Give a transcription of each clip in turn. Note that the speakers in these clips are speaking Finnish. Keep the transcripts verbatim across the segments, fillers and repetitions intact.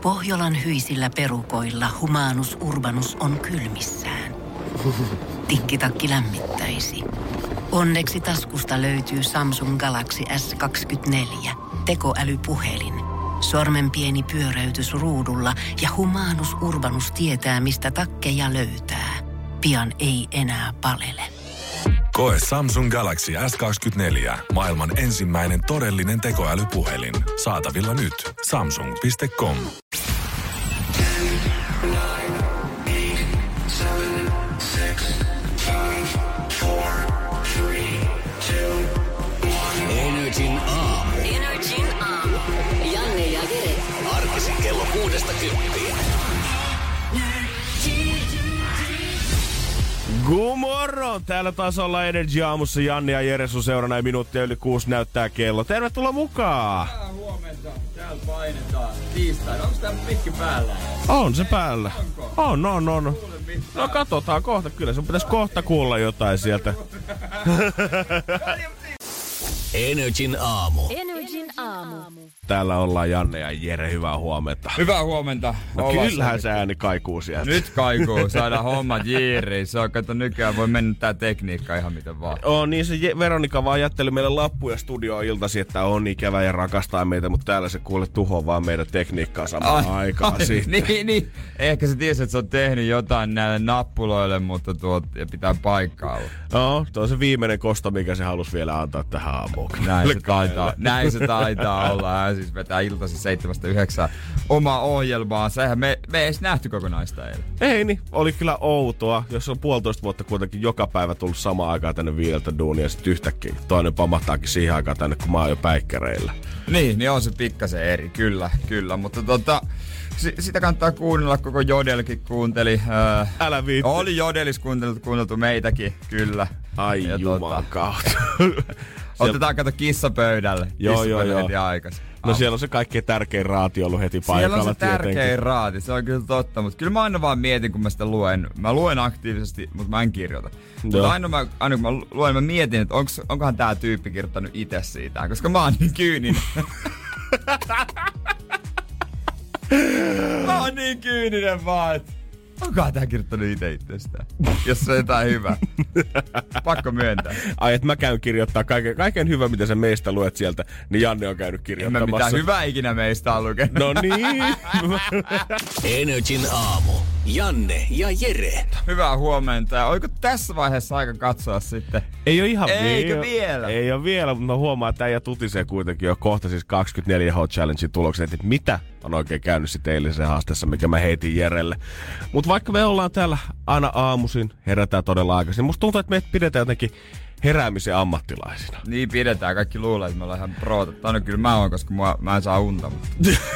Pohjolan hyisillä perukoilla Humanus Urbanus on kylmissään. Tikkitakki lämmittäisi. Onneksi taskusta löytyy Samsung Galaxy S kaksikymmentäneljä, tekoälypuhelin. Sormen pieni pyöräytys ruudulla ja Humanus Urbanus tietää, mistä takkeja löytää. Pian ei enää palele. Koe Samsung Galaxy S kaksikymmentäneljä, maailman ensimmäinen todellinen tekoälypuhelin. Saatavilla nyt. Samsung piste com. Energin aamu. Energin aamu. Janne ja Jere. Arkisin kello kuudesta kymppiin. Gumorron! Täällä taas ollaan Energy aamussa. Janne ja Jere sun seurana ja minuuttia yli kuusi näyttää kello. Tervetuloa mukaan! Tää huomenta. Täällä painetaan. Tiistaina. Onks tää mikki päällä? On se päällä. Onko? On, on, on. No katsotaan kohta. Kyllä sun pitäis kohta kuulla jotain sieltä. Energin aamu. Energin aamu. Täällä ollaan Janne ja Jere. Hyvää huomenta. Hyvää huomenta. No kyllähän se ääni kaikuu sieltä. Nyt kaikuu. Saadaan hommat jiiriin. Se on, kato, nykyään voi mennä tää tekniikka ihan miten vaan. On niin, se Veronika vaan jätteli meille lappuja studioon iltasi, että on ikävä ja rakastaa meitä, mutta täällä se kuule tuhoaa vaan meidän tekniikkaa samaan aikaan sitten. Niin, niin. Ehkä se tiesi, että se on tehnyt jotain näille nappuloille, mutta tuo pitää paikkailla. No, tuo on se viimeinen kosto, mikä se halusi vielä antaa tähän aamuun. Näin se taitaa, näin se taitaa olla. Hän siis vetää iltasi seitsemästä yhdeksään omaa ohjelmaansa. Eihän me, me ei edes nähty kokonaista eilen. Ei niin, oli kyllä outoa. Jos on puolitoista vuotta kuitenkin joka päivä tullut samaan aikaan tänne viideltä duunia ja sitten yhtäkkiä toinen pamahtaakin siihen aikaan tänne, kun mä oon jo päikkäreillä. Niin, niin on se pikkasen eri, kyllä, kyllä. Mutta tota, s- sitä kannattaa kuunnella, koko Jodelkin kuunteli. Öö, Älä viitti. Oli Jodelis kuunneltu, kuunneltu meitäkin, kyllä. Ai ja juman tota, kautta. otetaan kato kissa pöydälle. Joo, kissa joo, pöydälle joo. heti aikaisin. No siellä on se kaikkein tärkein raati ollut heti paikalla. Siellä on se tärkein tietenkin. raati, se on kyllä totta. Mutta kyllä mä aina vaan mietin, kun mä sitä luen. Mä luen aktiivisesti, mutta mä en kirjoita. Mutta aina, mä, aina kun mä luen, mä mietin, että onks, onkohan tää tyyppi kirjoittanut itse siitä. Koska mä oon niin kyyninen. Mä oon niin kyyninen vaan, että onkohan tää kirjoittanut itse itsestään. Jos se on jotain hyvää. Pakko myöntää. Ai, että mä käyn kirjoittaa kaiken, kaiken hyvä, mitä sä meistä luet sieltä, niin Janne on käynyt En mä kirjoittamassa. mitään hyvää ikinä meistä on lukenut. No niin. Energin aamu. Janne ja Jere. Hyvää huomenta. Ja oliko tässä vaiheessa aika katsoa sitten? Ei ole ihan Eikö vielä. vielä? Ei ole vielä, mutta mä huomaan, että äijä tutisee kuitenkin jo kohta siis kaksikymmentäneljä Hot Challengein tulokset, että mitä on oikein käynyt sitten eilisen haasteessa, mikä mä heitin Jerelle. Mutta vaikka me ollaan täällä aina aamuisin, herätään todella aikaisin, musta tuntuu, että meitä pidetään jotenkin heräämisen ammattilaisina. Niin pidetään. Kaikki luulee, että me ollaan ihan proota. No kyllä mä oon, koska mua, mä en saa unta, mutta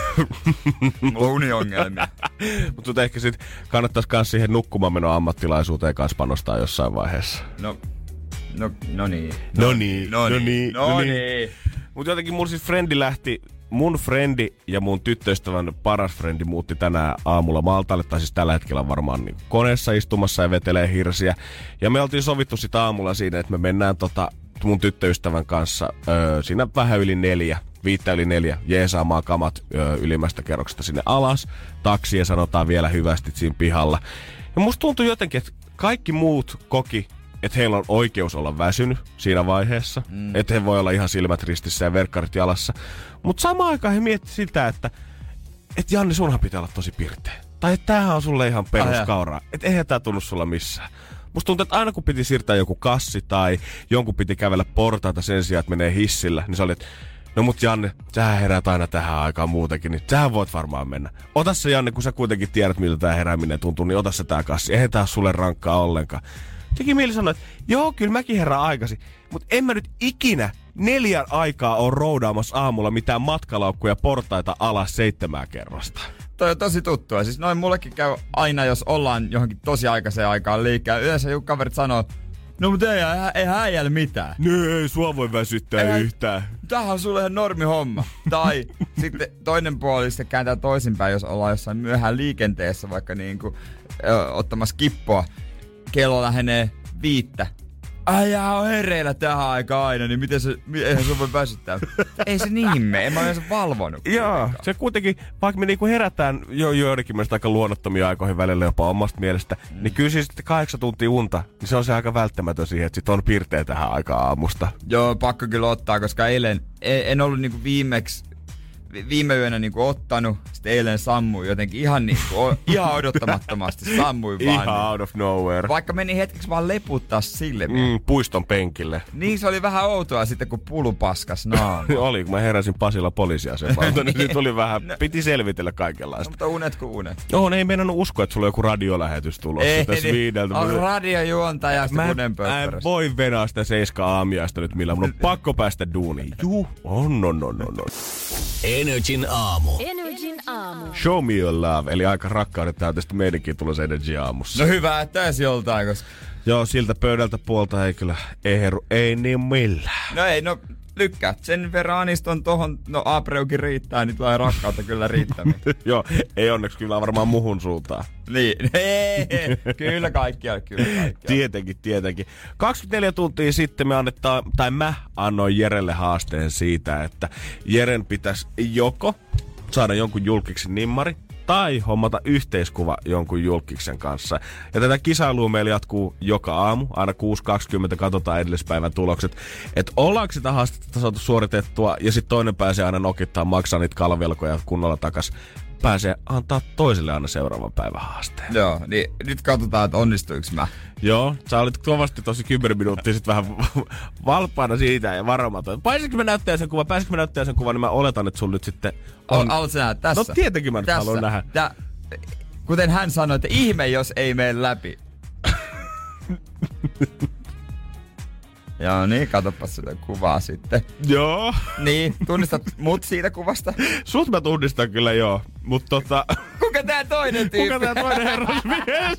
mulla on uniongelmia. Mutta ehkä sit kannattaisi kans siihen nukkumaanmenon ammattilaisuuteen kanssa panostaa jossain vaiheessa. No, no, no niin. No niin, no no niin, niin, no no niin. niin. Mut jotenkin mun siis frendi lähti, mun frendi ja mun tyttöystävän paras frendi muutti tänään aamulla Maltalle, tai siis tällä hetkellä varmaan niin koneessa istumassa ja vetelee hirsiä. Ja me oltiin sovittu sit aamulla siinä, että me mennään tota mun tyttöystävän kanssa öö, siinä vähän yli neljä, viittä yli neljä, jeesaamaan kamat öö, ylimmästä kerroksesta sinne alas. Taksia sanotaan vielä hyvästi siinä pihalla. Ja musta tuntui jotenkin, että kaikki muut koki, että heillä on oikeus olla väsynyt siinä vaiheessa. Mm. Että he voi olla ihan silmät ristissä ja verkkarit jalassa. Mutta samaan aikaan he miettivät sitä, että et Janne, sunhan pitää olla tosi pirteä. Tai että tämähän on sulle ihan peruskauraa. Että eihän tää tunnu sulla missään. Musta tuntuu, että aina kun piti siirtää joku kassi tai jonkun piti kävellä portaita sen sijaan, että menee hissillä, niin se oli, että no mut Janne, sähän heräät aina tähän aikaan muutenkin, niin sähän voit varmaan mennä. Ota se Janne, kun sä kuitenkin tiedät, miltä tää herääminen tuntuu, niin ota se tää kassi. Eihän tää sulle rankkaa ollenkaan. Teki mieli sanoa, että joo, kyllä mäkin herään aikaisin, mutta en mä nyt ikinä neljän aikaa ole roudaamassa aamulla mitään matkalaukkuja portaita alas seitsemää kerrosta. Toi on tosi tuttua. Siis noin mullekin käy aina, jos ollaan johonkin tosi aikaiseen aikaan liikkeellä. Yleensä joku kaverit sanoo, no mut ei, ei äijällä mitään. No ei sua voi väsyttää Eihän, yhtään. Tämähän on sulle ihan normi homma. Tai sitten toinen puoli sitten kääntää toisinpäin, jos ollaan jossain myöhään liikenteessä, vaikka niinku ö, ottamassa kippoa. Kello lähenee viittä. äijä on hereillä tähän aikaan aina, niin miten se, eihän se voi väsyttää. Ei se niin mene, en mä ole edes valvonut. Joo, se kuitenkin, vaikka me niinku herätään jo joidenkin mielestä aika luonnottomia aikoihin välillä jopa omasta mielestä, mm. niin kyllä siis kahdeksan tuntia unta, niin se on se aika välttämätön siihen, että sit on pirteä tähän aikaan aamusta. Joo, pakko kyllä ottaa, koska eilen en ollut niinku viimeksi, viime yönä niinku ottanut, sitten eilen sammui jotenkin ihan, niinku, ihan odottamattomasti sammui vaan. Ihan out of nowhere. Vaikka meni hetkeksi vaan leputtaa silmiä. Mm, puiston penkille. Niin se oli vähän outoa sitten, kun pulu paskas naama. Oli, kun mä heräsin Pasilla poliisiasemalta, niin nyt tuli vähän, no, piti selvitellä kaikenlaista. No, mutta unet kuin unet. Joo, ei meinannut uskoa, että sulla on joku radiolähetys tulossa ei, tässä niin, viideltä. On radiojuontaja sitä kunenpöppöröstä. Mä voi venaa sitä seiska aamiaista nyt millään. Mun on pakko päästä duuniin. Juu, on, on, on, on. Energin aamu. Energin aamu. Show me your love, eli aika rakkaudet täytästi meidänkin tulossa Energy aamussa. No hyvä, että edes joltain, koska... Joo, siltä pöydältä puolta ei kyllä, ei heru, ei niin millään. No ei, no lykkää. Sen verran aniston tohon, no Abreukin riittää, niin tulee rakkautta kyllä riittämiin. Joo, ei onneksi kyllä varmaan muhun suuntaan. Niin, ei, kyllä kaikkia, kyllä kaikkia. Tietenkin, tietenkin. kaksikymmentäneljä tuntia sitten me annettaan, tai mä annoin Jerelle haasteen siitä, että Jeren pitäisi joko saada jonkun julkiksi nimmari, tai hommata yhteiskuva jonkun julkiksen kanssa. Ja tätä kisailua meillä jatkuu joka aamu, aina kuusi kaksikymmentä, katsotaan edellispäivän tulokset. Että ollaanko sitä haastetta saatu suoritettua, ja sitten toinen pääsee aina nokittaa, maksaa niitä kalvelkoja kunnolla takas. Pääsee antaa toiselle aina seuraavan päivän haasteen. Joo, niin nyt katsotaan, että onnistuinko mä. Joo, sä olit kovasti tosi kymmenen minuuttia sitten vähän valppaana siitä ja varomaton. Pääsinkö mä näyttää sen kuvan, pääsinkö mä näyttää sen kuvan, niin mä oletan, että sun nyt sitten on... Haluatko nähdä tässä? No tietenkin mä nyt tässä. haluan nähdä. Tää, kuten hän sanoi, että ihme jos ei mene läpi. Joo, niin, katsopas sitä kuvaa sitten. Joo. Niin, tunnistat mut siitä kuvasta? Sut mä tunnistan kyllä, joo. Mut tota... Kuka tää toinen tyyppi? Kuka tää toinen herrasmies?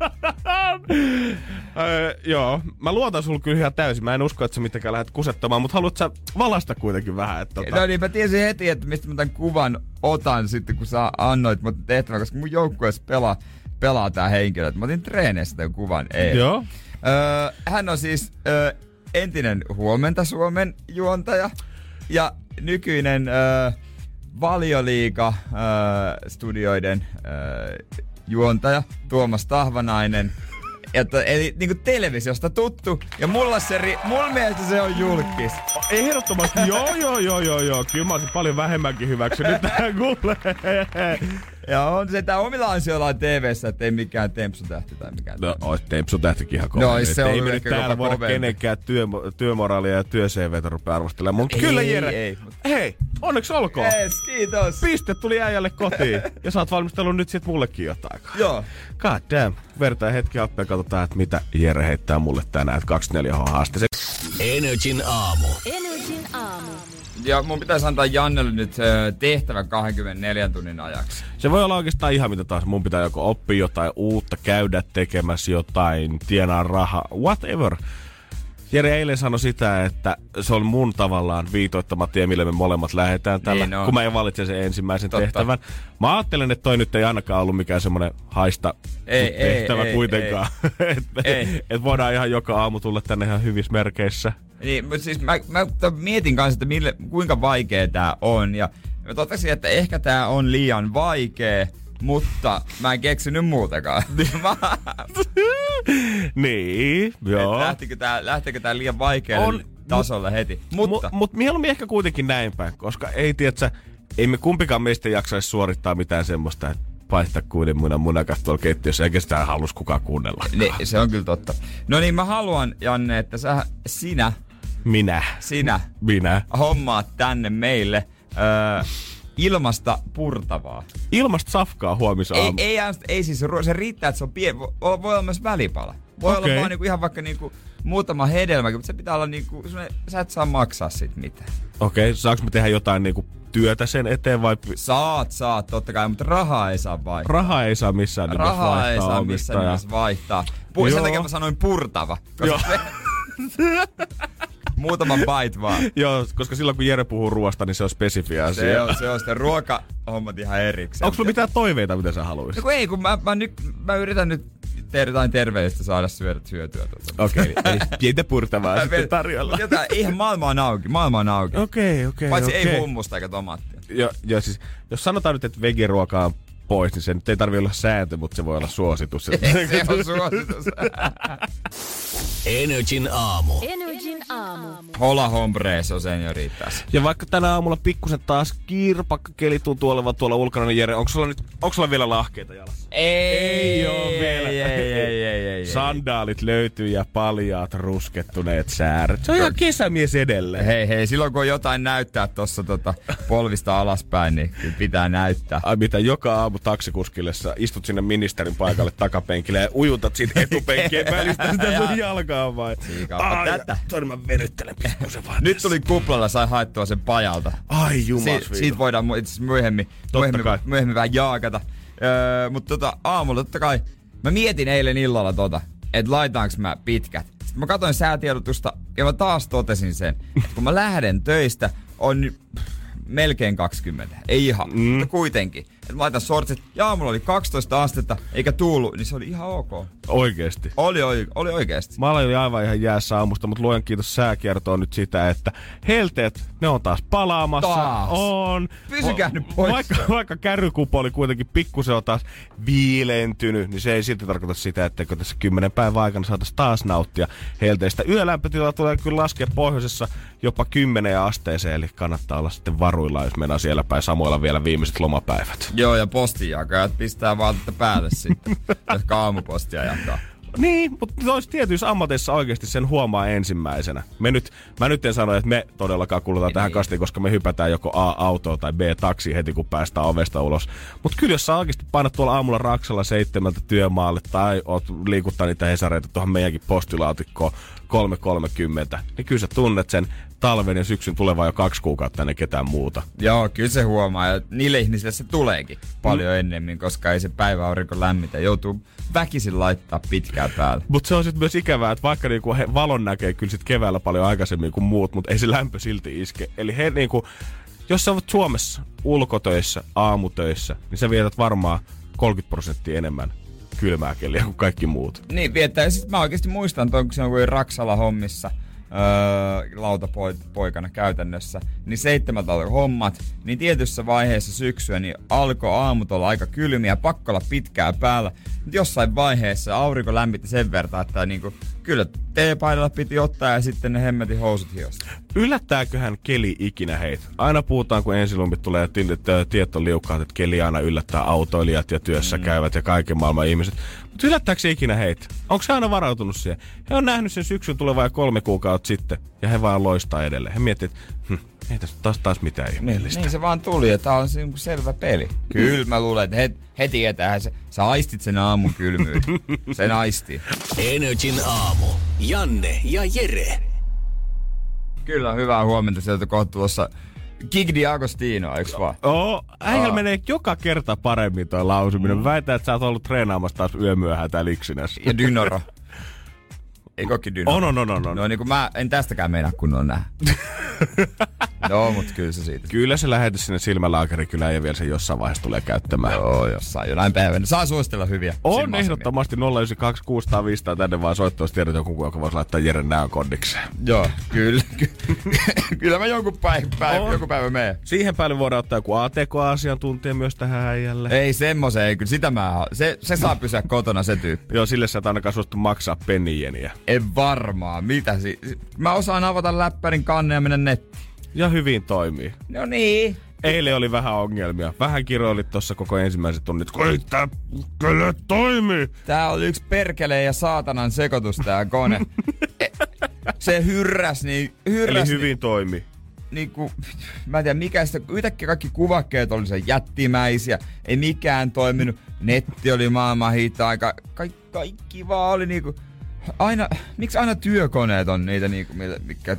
öö, joo, mä luotan sulla kyllä ihan täysin. Mä en usko, että sä mitenkään lähdet kusettamaan, mutta haluat sä valasta kuitenkin vähän? Että tota... No niin, mä tiesin heti, että mistä mä tämän kuvan otan sitten, kun sä annoit mut tehtävän, koska mun joukkueessa pelaa, pelaa tää henkilö. Mä otin treeneissä tämän kuvan eilen. Joo. Öö, hän on siis... Öö, entinen Huomenta Suomen juontaja ja nykyinen äh, Valioliiga-studioiden äh, äh, juontaja Tuomas Tahvanainen. Että, eli niinku televisiosta tuttu, ja mulla se ri, mulla mielestä se on julkis. Ehdottomasti, joo, joo, joo, joo, joo. Kyllä mä olisin paljon vähemmänkin hyväksynyt tähän kuulee. Ja on se tää omilla ansioillaan T V:ssä, että ei mikään tempsutähti tai mikään. No, ois tempsutähtikin ihan kovin. No, se on ei me nyt täällä voida kovempi. kenenkään työ, työmoraalia ja työ-C V:tä rupea arvostelemaan. Mutta kyllä, Jere, ei, mutta... hei, onneksi olkoon. Yes, kiitos. Piste tuli äijälle kotiin. Ja sä oot valmistellut nyt sit mullekin jotain. Joo. God damn. Vertaa hetki happea, katsotaan, että mitä Jere heittää mulle tänään. Että kaksikymmentäneljä H haaste. Energin aamu. Energin aamu. Ja mun pitäisi antaa Jannelle nyt tehtävä kaksikymmentäneljän tunnin ajaksi. Se voi olla oikeastaan ihan mitä taas. Mun pitää joko oppia jotain uutta, käydä tekemässä jotain, tienaa rahaa, whatever. Jere eilen sanoi sitä, että se on mun tavallaan viitoittama tie, mille me molemmat lähdetään tällä, niin kun mä valitsen sen ensimmäisen Totta. tehtävän. Mä ajattelen, että toi nyt ei ainakaan ollut mikään semmonen haista ei, tehtävä ei, kuitenkaan. Että et voidaan ihan joka aamu tulla tänne ihan hyvissä merkeissä. Niin, mutta siis mä, mä mietin kanssa, että mille, kuinka vaikea tää on. Ja mä totesin, että ehkä tää on liian vaikea, mutta mä en keksinyt muutakaan. Niin, joo. Lähtikö tää, lähtikö tää liian vaikealle tasolle heti? Mutta mut, mut mieluummin ehkä kuitenkin näin päin, koska ei tiedätkö, ei me kumpikaan meistä jaksaisi suorittaa mitään semmoista, että paistaa kuidenmunan munakas tuolla keittiössä, eikä sitä halus kukaan kuunnella. Ne, se on kyllä totta. No niin, mä haluan, Janne, että sä, sinä... Minä. Sinä. Minä. Hommaat tänne meille öö, ilmasta purtavaa. Ilmasta safkaa huomisaamu. Ei, ei, ei siis, se riittää, että se on pieni. Voi, voi olla myös välipala. Voi okay. olla vaan niinku, ihan vaikka niinku, muutama hedelmä, mutta se pitää olla niinku, sä et saa maksaa sit mitään. Okei, okay. Saanko me tehdä jotain niinku työtä sen eteen vai? Saat, saat, totta kai, mutta rahaa ei saa vaihtaa. Rahaa ei saa missään nimessä vaihtaa. Rahaa ei saa missään nimessä vaihtaa. Pu- sen takia mä sanoin purtava. Koska se... Muutaman bite vaan. Joo, koska silloin kun Jere puhuu ruoasta, niin se on spesifiä asia. Se on, se on sitten ruokahommat ihan erikseen. Onko sulla mitään toiveita, mitä sä haluaisit? No kun ei, kun mä, mä, nyt, mä yritän nyt ter- jotain terveellistä saada syödä syötyä. Okei, okay, eli pientä purtavaa sitten tarjolla. Mutta jotain, ihan maailma on auki, maailma on auki. Okei, okay, okei, okay, Paitsi okay. ei hummusta eikä tomaattia. Joo, jo, siis, jos sanotaan nyt, että vegeruoka on pois, niin se nyt ei tarvitse olla sääntö, mutta se voi olla suositus. Se on suositus. Energin aamu. Energin aamu. Hola hombres, on sen jo riittäisi. Ja vaikka tänä aamulla pikkusen taas kiirpakkakeli tuntuu olevan tuolla ulkona, niin Jere, onko sulla nyt, onko sulla vielä lahkeita jalassa? Ei, ei oo vielä. Ei, ei, ei, ei, ei. Sandaalit löytyy ja paljaat ruskettuneet sääret. Se on ihan kesämies edelleen. Hei, hei, silloin kun on jotain näyttää tossa tota polvista alaspäin, niin kyllä pitää näyttää. Ai mitä, joka aamu taksikuskille sä istut sinne ministerin paikalle takapenkille ja ujutat siitä etupenkien välistä sitä sun jalkaa vai? Siikaapa tätä. Toinen mä venyttelen pikkusen vaan. Nyt tuli kuplalla, sai haettua sen pajalta. Ai jumas si- Siitä voidaan mu- itse myöhemmin, myöhemmin, myöhemmin vähän jaakata. Öö, mutta tota, aamulla totta kai, mä mietin eilen illalla tota, että laitaanko mä pitkät. Sitten mä katsoin säätiedotusta ja mä taas totesin sen, että kun mä lähden töistä, on melkein kaksikymmentä. Ei ihan, mm. mutta kuitenkin. Että mä laitan sortsit ja aamulla oli kaksitoista astetta eikä tuulu, niin se oli ihan ok. Oikeesti? Oli, oli, oli oikeesti. Mä olin aivan ihan jäässä aamusta, mutta luen kiitos sää kertoo nyt sitä, että helteet, ne on taas palaamassa. Taas? On. Pysykää nyt pois. Vaikka, vaikka kärrykupo oli kuitenkin pikkusen on taas viilentynyt, niin se ei silti tarkoita sitä, etteikö tässä kymmenen päivän aikana saataisiin taas nauttia helteistä. Yölämpötila tulee kyllä laskea pohjoisessa jopa kymmenen asteeseen, eli kannattaa olla sitten varuilla, jos mennään siellä päin samoilla vielä viimeiset lomapäivät. Joo, ja postinjakajat pistää vaatetta päälle sitten, jotka aamupostia jakaa. Niin, mutta tois tietyissä ammateissa oikeasti sen huomaa ensimmäisenä. Me nyt, mä nyt en sano, että me todellakaan kulutaan tähän kastiin, koska me hypätään joko A autoon tai B taksiin heti, kun päästään ovesta ulos. Mutta kyllä jos sä oikeasti painat tuolla aamulla raksalla seitsemältä työmaalle tai oot liikuttaa niitä hesareita tuohon meidänkin postilaatikkoon kolme kolmekymmentä, niin kyllä sä tunnet sen talven ja syksyn tulevaa jo kaksi kuukautta ennen ketään muuta. Joo, kyllä se huomaa. Ja niille ihmisille se tuleekin paljon mm. ennemmin, koska ei se päiväaurinko lämmitä. Joutuu väkisin laittaa pitkää päälle. Mutta se on sitten myös ikävää, että vaikka niinku he valon näkee kyllä sit keväällä paljon aikaisemmin kuin muut, mutta ei se lämpö silti iske. Eli he niinku, jos sä oot Suomessa ulkotöissä, aamutöissä, niin sä vietät varmaan kolmekymmentä prosenttia enemmän kylmää keliä kuin kaikki muut. Niin, viettää. Ja sit mä oikeesti muistan, että kun se on kuin Raksala hommissa, Öö, lautapoikana käytännössä, niin seitsemältä oli hommat, niin tietyssä vaiheessa syksyä niin alkoi aamut olla aika kylmiä, pakko olla pitkää päällä, mutta jossain vaiheessa aurinko lämmitti sen verran, että niinku, kyllä teepaidalla piti ottaa ja sitten ne hemmetin housut hiosta. Yllättääköhän keli ikinä heitä? Aina puhutaan, kun ensilumit tulee, tiet on liukkaat, että keli aina yllättää autoilijat ja työssä mm. käyvät ja kaiken maailman ihmiset. Mutta yllättääkö se ikinä heitä? Onko se aina varautunut siihen? He on nähnyt sen syksyn tulevan jo kolme kuukautta sitten ja he vaan loistaa edelleen. He miettii, että hm, ei tässä taas, taas mitään ihmeellistä. Niin, niin se vaan tuli, että tää on se selvä peli. Kyllä mä luulen, että he, he tietää, sä, sä aistit sen aamun kylmyyden. Sen aisti. Energin aamu. Janne ja Jere. Kyllä, hyvää huomenta sieltä kohta tuossa. Gig di Agostino, eiks vaan? Oo, äijällä menee joka kerta paremmin toi lausuminen. Mm. Väitän, että sä oot ollut treenaamassa taas yömyöhään täällä Iksinässä. Ja Dynoro. Ei kokki Dynoro. On, on, on, on. No niin kuin mä en tästäkään meinaa kunnon nähdä. No, mut kyllä se siitä. Kyllä se lähetys sinne silmälaakeri kyllä ja vielä se jossain vaiheessa tulee käyttämään. Joo, jossain jonain päivänä. Saa suositella hyviä. On ehdottomasti nolla yhdeksän kaksi kuusi nolla viisi tänne vaan soittaa, jos tiedät joku, joka voisi laittaa Jeren nään kondikseen. Joo, kyllä. Kyllä mä jonkun päivä, päivä, joku päivä menen. Siihen päälle voidaan ottaa joku A T K-asiantuntija myös tähän äijälle. Ei semmoisen, ei kyllä sitä mä se, se saa pysyä kotona se tyyppi. Joo, sille sä et ainakaan suostu maksaa pennijeniä. En varmaan. Mitä si- Mä osaan avata läppärin kannen ja mennä nettiin. Ja hyvin toimii. No niin. Eilen oli vähän ongelmia. Vähän kiroilit tossa koko ensimmäiset tunnit. Kun ei tää kyllä toimii. Tää oli yksi perkeleen ja saatanan sekoitus tää kone. Se hyrräs niin... Hyrräs, Eli hyvin niin, toimi. Niinku, mä en tiedä mikä sitä... Yhtäkkiä kaikki kuvakkeet oli se jättimäisiä. Ei mikään toiminut. Netti oli maailman hitaa. Ka- kaikki, kaikki vaan oli niinku... Aina... Miksi aina työkoneet on niitä niinku... Mikä...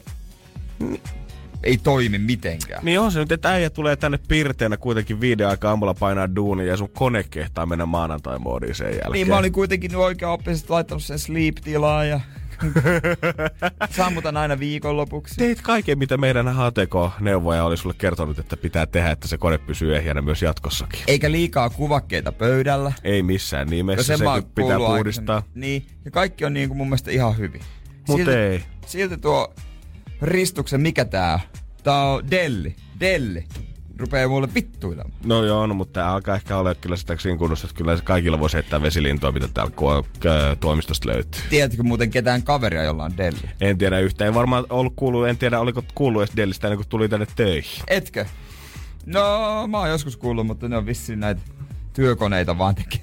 Ei toimi mitenkään. Niin on se nyt, että äijä tulee tänne pirteänä kuitenkin viiden aikaa aamulla painaa duunia ja sun kone kehtaa mennä maanantai-moodiin sen jälkeen. Niin mä olin kuitenkin oikein oppisesti laittanut sen sleep-tilaa ja Sammutan aina viikonlopuksi. Teit kaiken, mitä meidän H T K-neuvoja oli sulle kertonut, että pitää tehdä, että se kone pysyy ehjänä myös jatkossakin. Eikä liikaa kuvakkeita pöydällä. Ei missään nimessä, se pitää puhdistaa. Niin, ja kaikki on niinku mun mielestä ihan hyvin. Mut silti, ei. Silti tuo ristuksen, mikä tää on? Tää on Delli. Delli. Rupee mulle vittuilemaan. No joo, no, mutta tää alkaa ehkä olla kyllä sitä siinä kunnossa, että kyllä kaikilla voisi heittää vesilintoa, mitä täällä toimistosta löytyy. Tiedätkö muuten ketään kaveria, jolla on Delli? En tiedä yhtään. En varmaan ollut kuullut, en tiedä oliko kuullut edes Dellistä ennen kuin tuli tänne töihin. Etkö? No, mä oon joskus kuullut, mutta ne on vissiin näitä työkoneita vaan tekee.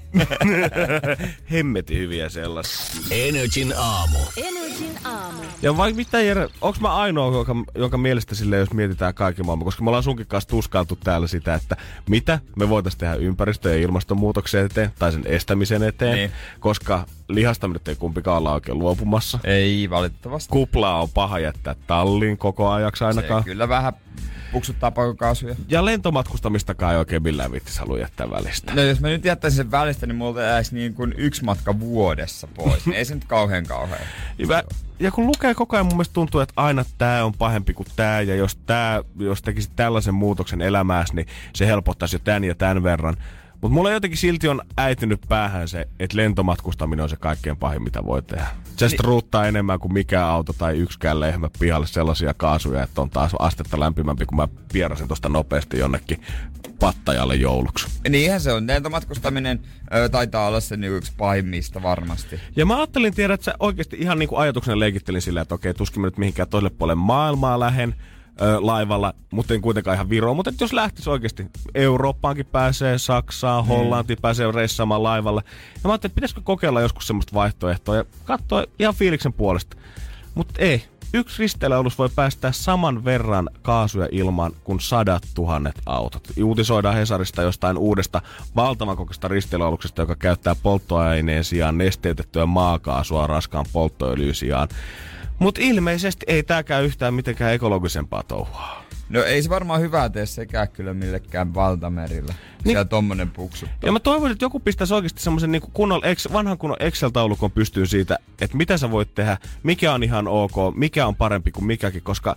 Hemmetin hyviä sellaisia. Energin aamu. Energin aamu. Ja vai mitä Jere, onks mä ainoa, jonka, jonka mielestä silleen, jos mietitään kaikki maailma, koska me ollaan sunkin kanssa tuskailtu täällä sitä, että mitä me voitais tehdä ympäristö- ja ilmastonmuutoksen eteen, tai sen estämisen eteen, niin. Koska lihasta me nyt ei kumpikaan olla oikein luopumassa. Ei valitettavasti. Kuplaa on paha jättää talliin koko ajaksi ainakaan. Se kyllä vähän puksuttaa pakokaasuja. Ja lentomatkustamistakaan ei oikein millään vittis halua jättää välistä. No jos mä nyt jättäisin sen välistä, niin multa jäisi niin kuin yksi matka vuodessa pois. Ei se nyt kauhean kauhean. Ja, ja kun lukee koko ajan, mun mielestä tuntuu, että aina tää on pahempi kuin tää. Ja jos tää, jos tekisit tällaisen muutoksen elämääsi, niin se helpottaisi jo tän ja tän verran. Mutta mulla jotenkin silti on äitynyt päähän se, että lentomatkustaminen on se kaikkein pahin, mitä voi tehdä. Se niin ruuttaa enemmän kuin mikään auto tai yksikään lehmä pihalle sellaisia kaasuja, että on taas astetta lämpimämpi, kun mä pierasin tosta nopeasti jonnekin Pattajalle jouluksi. Niinhän se on. Lentomatkustaminen ö, taitaa olla se niinku yksi pahimmista varmasti. Ja mä ajattelin tiedä, että sä oikeasti ihan niinku ajatuksena leikittelin sillä, että okei, tuskin mä nyt mihinkään toiselle puolelle maailmaa lähen ö, laivalla, mutta en kuitenkaan ihan Viroon. Mutta jos lähtisi oikeasti Eurooppaankin pääsee, Saksaan, Hollantiin hmm. pääsee reissaamaan laivalla. Ja mä ajattelin, että pitäisikö kokeilla joskus semmoista vaihtoehtoa ja katsoa ihan fiiliksen puolesta. Mutta ei. Yksi risteilyalus voi päästää saman verran kaasuja ilmaan kuin sadat tuhannet autot. Uutisoidaan Hesarista jostain uudesta valtavan kokoisesta risteilyaluksesta, joka käyttää polttoaineen sijaan nesteytettyä maakaasua raskaan polttoöljyn sijaan. Mutta ilmeisesti ei tääkään yhtään mitenkään ekologisempaa touhua. No ei se varmaan hyvää tee sekään kyllä millekään valtamerillä. Niin. Siellä tommonen puksuttaa. Ja mä toivon, että joku pistäisi oikeasti semmoisen niin kunnon, vanhan kunnon Excel-taulukon pystyyn siitä, että mitä sä voit tehdä, mikä on ihan ok, mikä on parempi kuin mikäkin, koska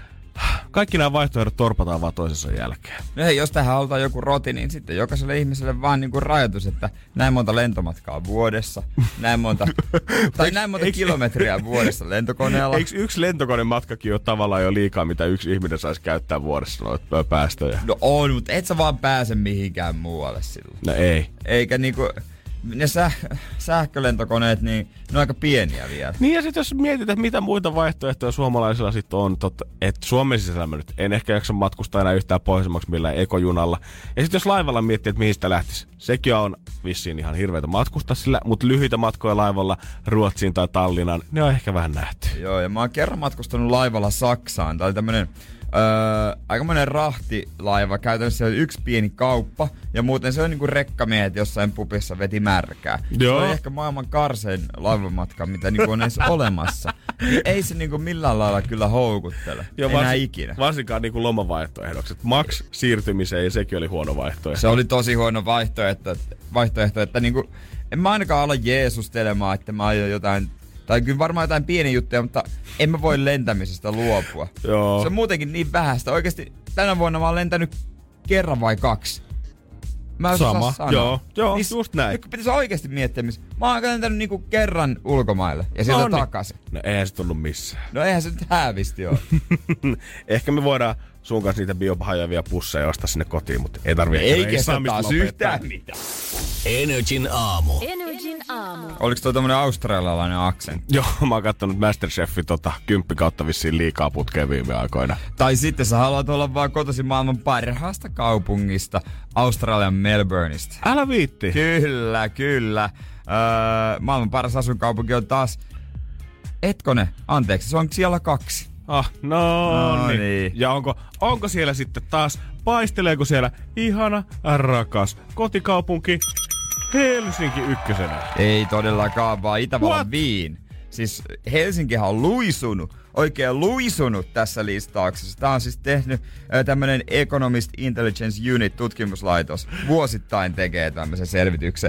kaikki nämä vaihtoehdot torpataan vaan toisensa jälkeen. No hei, jos tähän halutaan joku roti, niin sitten jokaiselle ihmiselle vaan niinku rajoitus, että näin monta lentomatkaa vuodessa, näin monta, tai näin monta kilometriä vuodessa lentokoneella. Eikö yksi lentokonematkakin ole tavallaan jo liikaa, mitä yksi ihminen saisi käyttää vuodessa noita päästöjä? No on, mutta et sä vaan pääse mihinkään muualle silloin. No ei. Eikä niinku ne säh- sähkölentokoneet, niin ne on aika pieniä vielä. Niin ja sitten jos mietitään, että mitä muita vaihtoehtoja suomalaisilla sitten on, totta, että Suomen sisällä mä nyt en ehkä jaksa matkustaa enää yhtään pohjoisemmaksi millään ekojunalla. Ja sitten jos laivalla miettii, että mihin sitä lähtisi, sekin on vissiin ihan hirveätä matkustaa sillä, mutta lyhyitä matkoja laivalla Ruotsiin tai Tallinnaan, ne on ehkä vähän nähty. Joo, ja mä oon kerran matkustanut laivalla Saksaan. Tää oli tämmönen Öö, aikamoinen rahtilaiva, käytännössä yksi pieni kauppa, ja muuten se on niinku rekkamiehet jossain pubissa veti märkää. Joo. Se on ehkä maailman karsein laivamatka, mitä niinku on edes olemassa. Niin ei se niinku millään lailla kyllä houkuttele. Joo, enää varsin, ikinä. Varsinkaan niinku lomavaihtoehdokset. Max siirtymiseen, ja sekin oli huono vaihtoehto. Se oli tosi huono vaihtoehto, että, vaihtoehto, että niinku, en mä ainakaan ala jeesustelemaan, että mä aion jotain. Tai kyllä varmaan jotain pieniä juttuja, mutta en mä voi lentämisestä luopua. Joo. Se on muutenkin niin vähäistä. Oikeesti tänä vuonna mä oon lentänyt kerran vai kaksi. Mä Sama, joo, joo niin, just näin. Nyt pitäisi oikeesti miettiä, missä. Mä oon lentänyt niinku kerran ulkomaille ja sieltä no, takaisin. No eihän se tullut missään. No eihän se nyt häävisti ole. Ehkä me voidaan sun kanssa niitä biohajoavia pusseja ostaa sinne kotiin, mutta ei tarvitse. Ei kestä taas yhtään mitään. Energin aamu. Energin aamu. Oliko toi tommonen australialainen aksentti? Joo, mä oon kattonut Masterchefin tota, kymppi kautta vissiin liikaa putkeen viime aikoina. Tai sitten sä haluat olla vaan kotoisin maailman parhaasta kaupungista, Australian Melbourneista. Älä viitti. Kyllä, kyllä. Öö, maailman paras asuinkaupunki on taas, etkone, anteeksi, se on siellä kaksi. Ah, no, no niin. niin. Ja onko, onko siellä sitten taas, paisteleeko siellä ihana, rakas kotikaupunki Helsinki ykkösenä? Ei todellakaan, vaan Itävallan Viin. Siis Helsinkihän on luisunut, oikein luisunut tässä listauksessa. Tämä on siis tehnyt äh, tämmönen Economist Intelligence Unit -tutkimuslaitos. Vuosittain tekee tämmöisen selvityksen.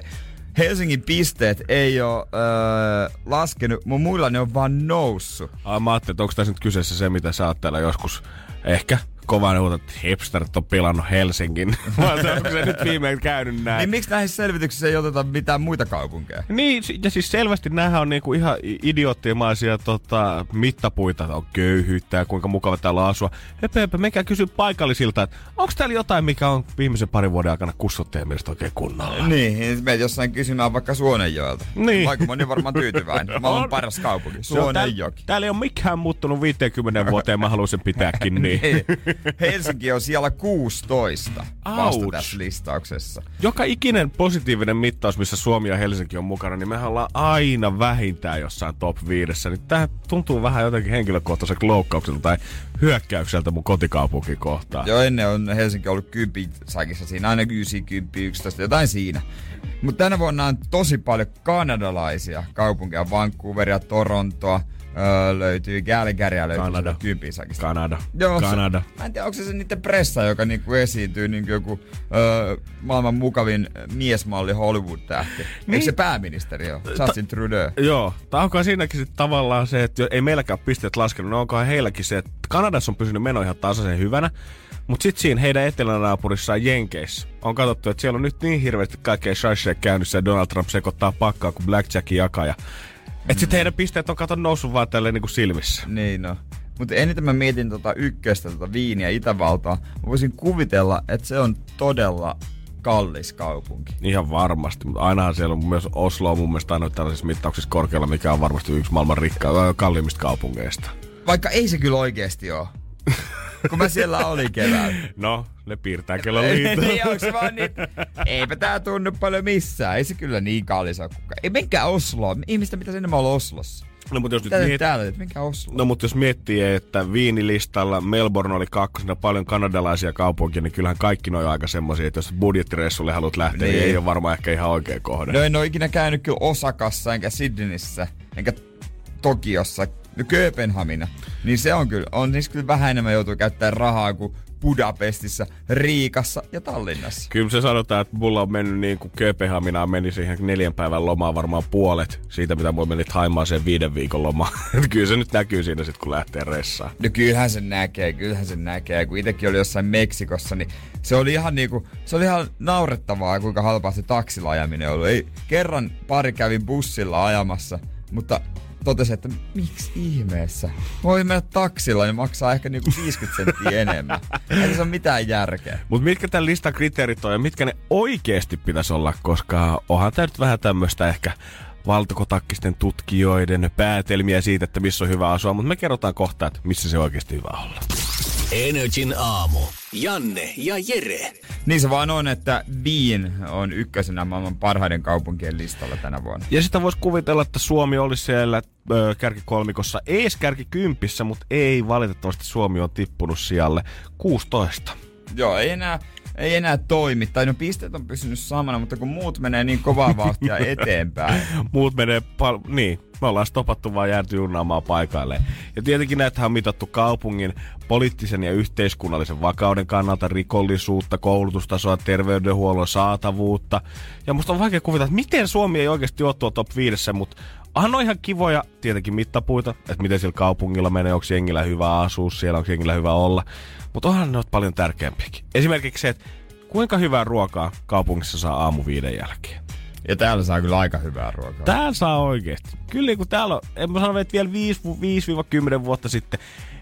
Helsingin pisteet ei oo öö, laskenut, mun muilla ne on vaan noussut. Ai mä ajattelin, että onko tässä nyt kyseessä se, mitä sä oot täällä joskus ehkä kovaa huuta, että hipsterit on pilannut Helsingin. Onko se nyt viimein käynyt näin? Niin miksi näissä selvityksissä ei oteta mitään muita kaupunkeja? Niin, ja siis selvästi näähän on niinku ihan idioottimaisia tota, mittapuita, on köyhyyttä ja kuinka mukava täällä asua. Höpö, höpö, mekään kysy paikallisilta, että onko täällä jotain, mikä on viimeisen parin vuoden aikana kussut teidän mielestä oikein kunnolla? Niin, meitä jossain kysymään vaikka Suonenjoelta. Niin. Vaikka moni on varmaan tyytyväinen. Mä oon paras kaupunki. Suonenjoki. Täällä ei ole mikään muuttunut viiteenkymmeneen vuoteen, mä haluan sen pitääkin niin. Helsinki on siellä kuusitoista vasta Ouch. tässä listauksessa. Joka ikinen positiivinen mittaus, missä Suomi ja Helsinki on mukana, niin mehän ollaan aina vähintään jossain top viidessä. Niin tää tuntuu vähän jotenkin henkilökohtaiselta loukkaukselta tai hyökkäykseltä mun kotikaupunki kohtaan. Joo, ennen on Helsinki ollut kymppisakissa siinä, aina yhdeksän, kymmenen, yksitoista, jotain siinä. Mutta tänä vuonna on tosi paljon kanadalaisia kaupunkeja, Vancouveria, Torontoa. Öö, löytyy Calgarya, löytyy Kanada. Kympisakista. Kanada. Joo, Kanada. Se, mä en tiedä, onko se se niiden pressa, joka niinku esiintyy niinku joku öö, maailman mukavin miesmalli Hollywood-tähti. Niin. Eikö se pääministeri ole? Justin Trudeau. Joo. Tai onkohan siinäkin sitten tavallaan se, että ei meilläkään ole pisteet laskenut, no onkohan heilläkin se, että Kanadassa on pysynyt meno ihan tasaisen hyvänä, mutta sitten siinä heidän etelänaapurissaan Jenkeissä on katsottu, että siellä on nyt niin hirveästi kaikkea shashia käynnissä ja Donald Trump sekoittaa pakkaa, kun Blackjackin jakaa ja et sit heidän pisteet on kato noussut vaan tälleen niinku silmissä. Niin no. Mutta eniten mä mietin tota ykköstä, tota Viiniä, Itävaltaa. Mä voisin kuvitella, että se on todella kallis kaupunki. Ihan varmasti, mutta ainahan siellä on myös Oslo on mun mielestä aina tällaisissa mittauksissa korkealla, mikä on varmasti yksi maailman rikkaa, kalliimmista kaupungeista. Vaikka ei se kyllä oikeesti oo. Kun mä siellä olin keväällä. No, ne piirtää kello liiton. Niin, onks vaan niin, eipä tää tunnu paljon missään. Ei se kyllä niin kallis ole kukaan. Ei menkää Osloon. Ihmistä pitäisi enemmän olla Oslossa. No, mutta jos, Mitä nyt miet... miet... täällä, että menkää Osloon. no, mutta jos miettii, että Viinilistalla Melbourne oli kakkosena paljon kanadalaisia kaupunkia, niin kyllähän kaikki ne on aika semmosia, että jos budjettireissulle haluat lähteä, niin, niin ei ole varmaan ehkä ihan oikea kohde. No en oo ikinä käynyt kyllä Osakassa, enkä Sydneyssä, enkä Tokiossa. No Kööpenhamina. Niin se on kyllä, on siis kyllä vähän enemmän joutuu käyttämään rahaa kuin Budapestissa, Riikassa ja Tallinnassa. Kyllä se sanotaan, että mulla on mennyt niin kuin Kööpenhaminaan meni siihen neljän päivän lomaan varmaan puolet siitä, mitä mulla meni Thaimaaseen viiden viikon lomaan. Kyllä se nyt näkyy siinä sit, kun lähtee ressaan. No kyllähän se näkee, kyllähän se näkee. Kun itekin oli jossain Meksikossa, niin se oli ihan niinku, se oli ihan naurettavaa, kuinka halpaa se taksilla ajaminen on ollut. Ei, kerran pari kävin bussilla ajamassa, mutta totesin, että miksi ihmeessä? Voi mennä taksilla, niin maksaa ehkä niinku viisikymmentä senttiä enemmän. Ei se ole mitään järkeä. Mutta mitkä tämän listan kriteerit on ja mitkä ne oikeesti pitäisi olla, koska onhan tää nyt vähän tämmöistä ehkä valtakotakkisten tutkijoiden päätelmiä siitä, että missä on hyvä asua, mutta me kerrotaan kohta, että missä se oikeasti hyvä olla. Energin aamu. Janne ja Jere. Niin se vaan on, että Wien on ykkösenä maailman parhaiden kaupunkien listalla tänä vuonna. Ja sitä voisi kuvitella, että Suomi olisi siellä ö, kärkikolmikossa, ei edes kärkikymppissä, mutta ei valitettavasti Suomi on tippunut sijalle kuusitoista. Joo, ei enää, ei enää toimi. Tai no pisteet on pysynyt samana, mutta kun muut menee niin kovaa vauhtia eteenpäin. Muut menee pal- niin, me ollaan stopattu vaan jääty junnaamaan paikalleen. Ja tietenkin näitähän on mitattu kaupungin poliittisen ja yhteiskunnallisen vakauden kannalta, rikollisuutta, koulutustasoa, terveydenhuollon saatavuutta. Ja musta on vaikea kuvitella, että miten Suomi ei oikeasti ole tuo top viidessä, mutta onhan on ihan kivoja tietenkin mittapuita, että miten sillä kaupungilla menee, onko jengillä hyvä asua siellä, onko jengillä hyvä olla. Mutta onhan ne on paljon tärkeämpiäkin. Esimerkiksi se, että kuinka hyvää ruokaa kaupungissa saa aamu viiden jälkeen. Ja täällä saa kyllä aika hyvää ruokaa. Täällä saa oikeesti. Kyllä kun täällä on, en mä sano, että vielä viisi kymmenen vuotta sitten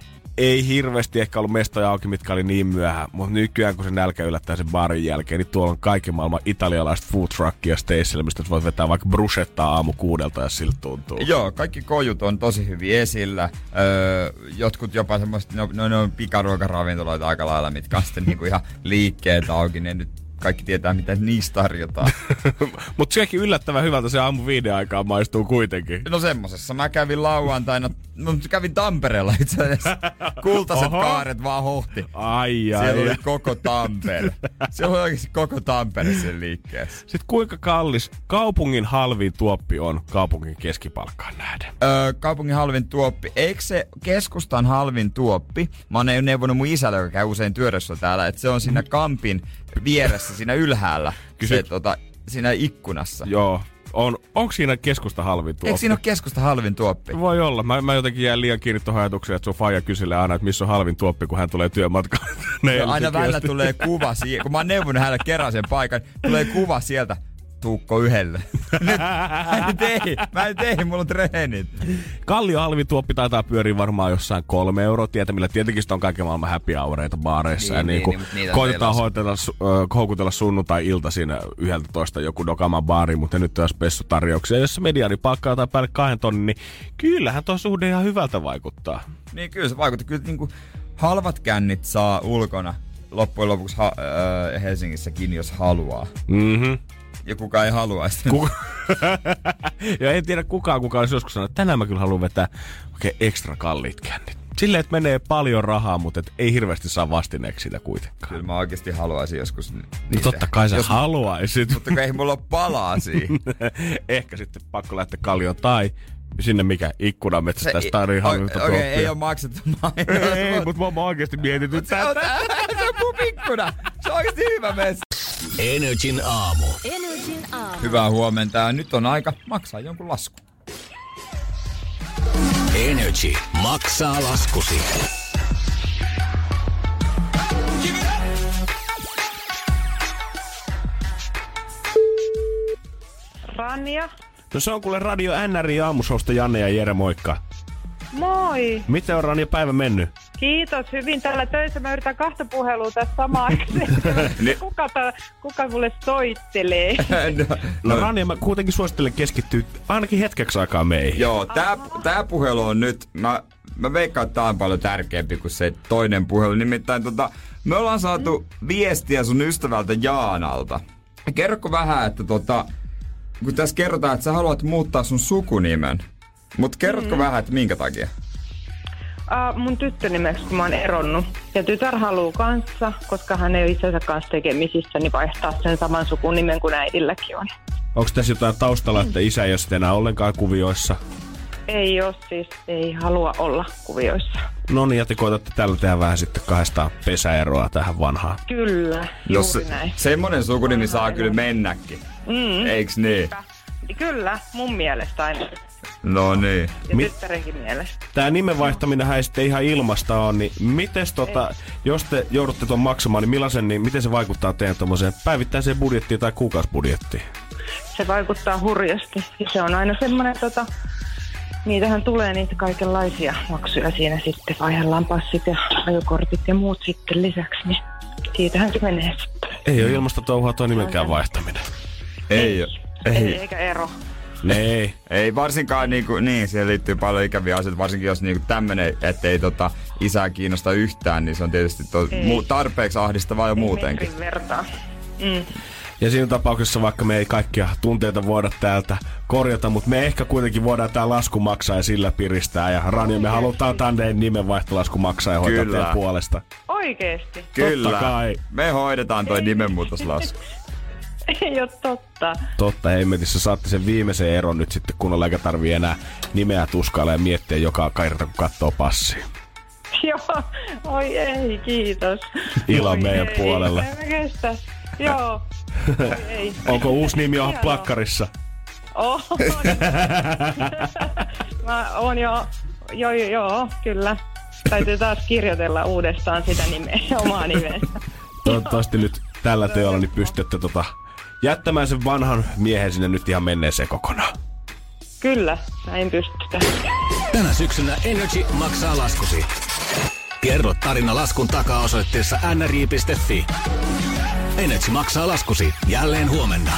ei hirveästi ehkä ollut mestoja auki, mitkä oli niin myöhään. Mutta nykyään, kun se nälkä yllättää sen barin jälkeen, niin tuolla on kaiken maailman italialaista food truckia Staceillä, mistä voit vetää vaikka bruschettaa aamu kuudelta, jos siltä tuntuu. Joo, kaikki kojut on tosi hyvin esillä. Öö, jotkut jopa semmoista, no, no, no pikaruokaravintoloita aika lailla, mitkä on sitten niinku ihan liikkeet auki, ne nyt kaikki tietää, mitä niistä tarjotaan. Mutta sekin yllättävän hyvältä se aamu viiden aikaa maistuu kuitenkin. No semmosessa. Mä kävin lauantaina, no kävin Tampereella itse asiassa. Kultaiset Oho. kaaret vaan hohti. Ai, ai, Siellä ai. oli koko Tampere. Siellä oli oikeasti koko Tampere sen liikkeessä. Sitten kuinka kallis kaupungin halvin tuoppi on kaupungin keskipalkkaan nähden? Öö, kaupungin halvin tuoppi. Eikö se keskustan halvin tuoppi? Mä oon neuvonut mun isälle, joka käy usein työdessä täällä, että se on siinä Kampin vieressä, siinä ylhäällä. Se, tota, siinä ikkunassa. Joo. On, onko siinä keskusta halvin tuoppi? Eikö siinä ole keskusta halvin tuoppi? Voi olla. Mä, mä jotenkin jään liian kiinni tuohon ajatukseen, että sun faija kyselee aina, että missä on halvin tuoppi, kun hän tulee työmatkaan. No, aina välillä tulee kuva siihen. Kun mä oon neuvonut hänelle kerran sen paikan, tulee kuva sieltä. Tuukko yhdelle. Nyt, mä en tee, mä en tee, mulla on treenit. Kallio halvin tuoppi taitaa pyöriä varmaan jossain kolme euroa tietämillä. Tietenkin sitä on kaiken maailman happy houreita baareissa. Niin, ja niin, niin, niin, koitetaan hoitella, uh, houkutella sunnuntai-ilta siinä yhdeltätoista joku Dokaman baari, mutta nyt on spessutarjouksia. Jos se mediaani palkkaa jotain päälle kahden tonnin, niin kyllähän tuo suhde ihan hyvältä vaikuttaa. Niin kyllä se vaikuttaa. Kyllä niin kuin halvat kännit saa ulkona loppujen lopuksi ha- äh, Helsingissäkin, jos haluaa. Mhm. Ja kukaan ei haluaisi. Kuka... ja en tiedä kukaan, kuka olisi joskus sanonut, että tänään mä kyllä haluan vetää oikein ekstra kalliit kännit. Silleen, että menee paljon rahaa, mutta et ei hirveästi saa vastineeksi sitä kuitenkaan. Kyllä mä oikeasti haluaisin joskus niitä. No totta kai sä Jos... haluaisit. Mutta ei mulla ole palaa siihen. Ehkä sitten pakko lähteä Kallioon tai sinne mikä ikkuna metsästä stari halvinta Okei, okay, ei ole maksettu mainos. Ei, ei mutta mä oon oikeesti mietitty tätä. Se on mun ikkuna. Se on oikeesti hyvä messa. Energin aamu. Energin aamu. Hyvää huomenta. Nyt on aika maksaa jonkun lasku. Energy maksaa laskusi. Rania. No se on kuule Radio N R I aamushousta Janne ja Jere, moikka. Moi. Miten on Rania päivä mennyt? Kiitos, hyvin täällä töissä. Mä yritän kahta puhelua tässä samaan aikaan. kuka, ta, kuka mulle soittelee? no, no, no Rania, mä kuitenkin suosittelen keskittyä ainakin hetkeksi aikaa meihin. Joo, tää, tää puhelu on nyt, mä, mä veikkaan, että tää on paljon tärkeämpi kuin se toinen puhelu. Nimittäin tota, me ollaan saatu mm. viestiä sun ystävältä Jaanalta. Kerroko vähän, että tota, kun tässä kerrotaan, että sä haluat muuttaa sun sukunimen. Mut kerrotko mm. vähän, että minkä takia? Uh, mun tyttönimeksi, kun mä oon eronnut. Ja tytär haluu kanssa, koska hän ei ole isänsä kanssa tekemisissä, niin vaihtaa sen saman sukunimen kuin äidilläkin on. Onko tässä jotain taustalla, että isä ei ole sitten enää ollenkaan kuvioissa? Ei ole siis, ei halua olla kuvioissa. No niin, ja te koetatte tällä tehdä vähän sitten kahdestaan pesäeroa tähän vanhaan. Kyllä, no, juuri se, näin. Semmonen sukunimi saa kyllä mennäkin. Mm. Eiks niin? Kyllä, mun mielestä aina. No niin. Ja Mi- tyttärenkin mielestä. Tää nimen vaihtaminen ei sitten ihan ilmasta on, niin mites tota, jos te joudutte tuon maksamaan, niin millaisen, niin miten se vaikuttaa teidän tommoseen päivittäiseen budjettiin tai kuukausibudjettiin? Se vaikuttaa hurjasti. Ja se on aina semmonen tota, niitähän tulee niitä kaikenlaisia maksuja siinä sitten. Vaihdellaan passit ja ajokortit ja muut sitten lisäksi, niin siitähän se menee sitten. Ei ole ilmasta touhua tuo nimenkään vaihtaminen. Ei ole. Ei. Ei. Eikä ero. Ei. Ei varsinkaan niinku, niin, siihen liittyy paljon ikäviä asioita, varsinkin jos niinku tämmönen, ettei tota isää kiinnosta yhtään, niin se on tietysti to, mu, tarpeeksi ahdistavaa jo ei muutenkin. Vertaa. Mm. Ja siinä tapauksessa, vaikka me ei kaikkia tunteita voida täältä korjata, mutta me ehkä kuitenkin voidaan tää lasku maksaa ja sillä piristää. Ja Rania, me halutaan tänne nimenvaihtolasku maksaa ja hoitaa teidän puolesta. Oikeesti? Kyllä. Totta kai. Me hoidetaan toi nimenmuutoslasku. Ei oo totta. Totta, hemmetissä saatte sen viimeisen eron nyt sitten, kunnolla eikä tarvii enää nimeä tuskailla ja miettiä joka kerta, kun katsoo passia. Joo, oi ei, kiitos. Ilo oi meidän ei, puolella. En mä kestä. Joo, oi ei. Onko uusi nimi on plakkarissa? On. Mä oon jo, joo, joo, kyllä. Täytyy taas kirjoitella uudestaan sitä nimeä, omaa nimeä. Toivottavasti nyt tällä teolla niin pystytte tota, jättämään sen vanhan miehen sinne nyt ihan menneeseen kokonaan. Kyllä, näin pystytään. Tänä syksynä Energy maksaa laskusi. Kerro tarina laskun takaa osoitteessa n r i piste f i. Energy maksaa laskusi jälleen huomenna.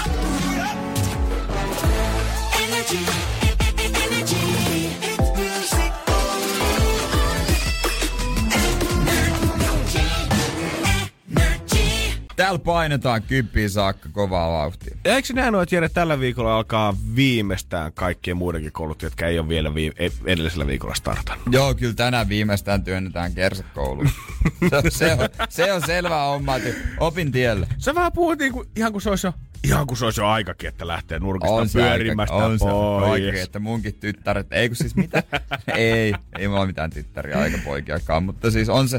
Energy. Täällä painetaan kyppiin saakka kovaa vauhtia. Ja eikö näin ole, että Jere, tällä viikolla alkaa viimeistään kaikkien muidenkin koulut, jotka ei ole vielä vi- edellisellä viikolla startannut? Joo, kyllä tänään viimeistään työnnetään kersekouluun. se, se, on, se on selvää hommaa, että opin tielle. Sä vähän puhut niin kuin, ihan kuin se olisi jo, ihan kuin se olisi jo aikakin, että lähtee nurkista on pyörimästä aika, on pois. On se oikein, että munkin tyttäret, ei kun siis mitä? ei, ei mulla mitään tyttäriä aika poikiakaan, mutta siis on se,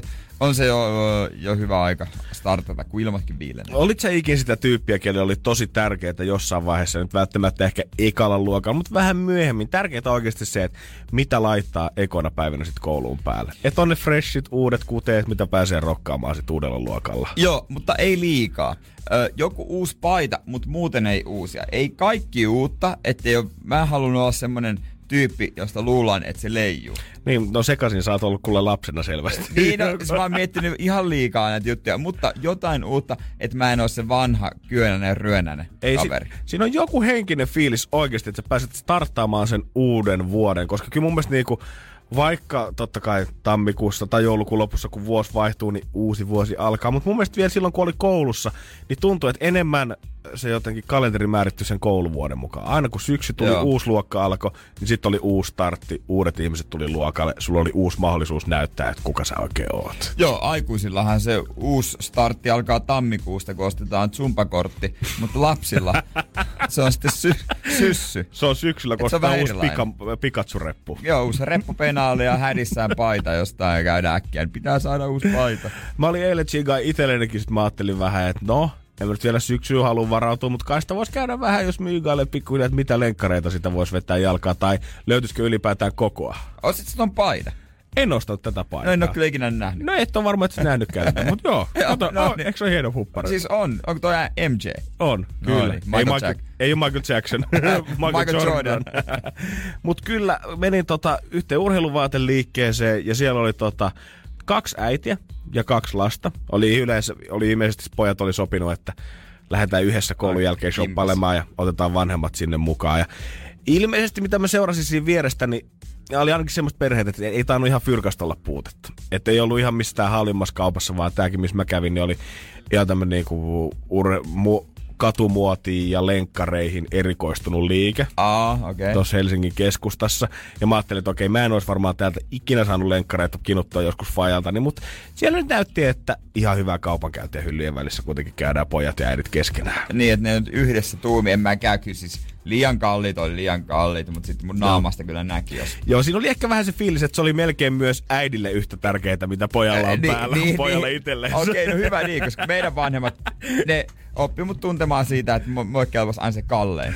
On se jo, jo hyvä aika startata, kun ilmatkin viilenee. Olit sä ikinä sitä tyyppiä, kelle oli tosi tärkeää jossain vaiheessa, nyt välttämättä ehkä ekalla luokalla, mutta vähän myöhemmin. Tärkeää oikeasti se, että mitä laittaa ekona päivänä sit kouluun päälle. Että on ne freshit, uudet kuteet, mitä pääsee rokkaamaan sit uudella luokalla. Joo, mutta ei liikaa. Ö, joku uusi paita, mutta muuten ei uusia. Ei kaikki uutta, ettei ole, mä en halunnut olla semmonen tyyppi, josta luullaan, että se leijuu. Niin, no sekaisin sä oot ollut kuule lapsena selvästi. Niin, no, mä oon miettinyt ihan liikaa näitä juttuja, mutta jotain uutta, että mä en oo se vanha kyönäinen ryönäinen Ei, kaveri. Si- siinä on joku henkinen fiilis oikeasti, että sä pääset starttaamaan sen uuden vuoden, koska kyllä mun mielestä niinku, vaikka totta kai tammikuussa tai joulukuun lopussa, kun vuosi vaihtuu, niin uusi vuosi alkaa. Mutta mun mielestä vielä silloin, kun oli koulussa, niin tuntui, että enemmän se jotenkin kalenteri määrittyi sen kouluvuoden mukaan. Aina kun syksy tuli, Joo. uusi luokka alkoi, niin sitten oli uusi startti, uudet ihmiset tuli luokalle. Sulla oli uusi mahdollisuus näyttää, että kuka sä oikein oot. Joo, aikuisillahan se uusi startti alkaa tammikuusta, kun ostetaan zumpakortti, mutta lapsilla se on sitten sy- syssy. Se on syksyllä, kun ostetaan uusi pika, Pikachu-reppu. Joo, uusi reppupenaali ja hädissään paita jostain käydään äkkiä. Pitää saada uusi paita. Mä olin eilen chigai itsellenikin, sit mä ajattelin vähän, että no, en nyt vielä syksyyn halua varautua, mutta kai sitä voisi käydä vähän, jos myygaille pikkuhiljaa, että mitä lenkkareita sitä voisi vetää jalkaa, tai löytyisikö ylipäätään kokoa. Ostit sä ton paita? En ostanut tätä paitaa. No en oo kyllä ikinä nähnyt. No et ole varmaan, että sä nähnytkään tätä, mutta joo. Kato, no, no, eikö se ole hieno huppari? Siis on. Onko toi M J? On, kyllä. No, niin. Michael ei, Michael, ei ole Michael Jackson. Michael, Michael Jordan. Jordan. Mutta kyllä menin tota yhteen urheiluvaateliikkeeseen ja siellä oli tota kaksi äitiä ja kaksi lasta. Oli yleensä, oli ilmeisesti pojat oli sopinut, että lähdetään yhdessä koulun jälkeen shoppailemaan ja otetaan vanhemmat sinne mukaan. Ja ilmeisesti mitä mä seurasin siinä vierestä, niin oli ainakin semmoista perheitä, että ei tainnut ihan fyrkasta olla puutetta. Että ei ollut ihan mistään halvimmassa kaupassa, vaan tääkin, missä mä kävin, niin oli ihan tämmönen niinku ure, mu, katumuotiin ja lenkkareihin erikoistunut liike. Aa, okei. Okay. Tuossa Helsingin keskustassa. Ja mä ajattelin, että okei, mä en olisi varmaan täältä ikinä saanut lenkkareita kinuttua joskus fajalta, niin, mutta siellä nyt näytti, että ihan hyvää kaupankäyntiä hyllyjen välissä kuitenkin käydään pojat ja äidit keskenään. Niin, että ne nyt yhdessä tuumi, en mä käy kyllä siis liian kalliit oli liian kalliit, mutta sitten mun naamasta no. kyllä näki jos. Joo, siinä oli ehkä vähän se fiilis, että se oli melkein myös äidille yhtä tärkeää, mitä pojalla on niin, päällä, niin, pojalle niin. itselleen. Okei, okay, no hyvä niin, koska meidän vanhemmat, ne oppi mut tuntemaan siitä, että mulle kelpasi aina se kallein.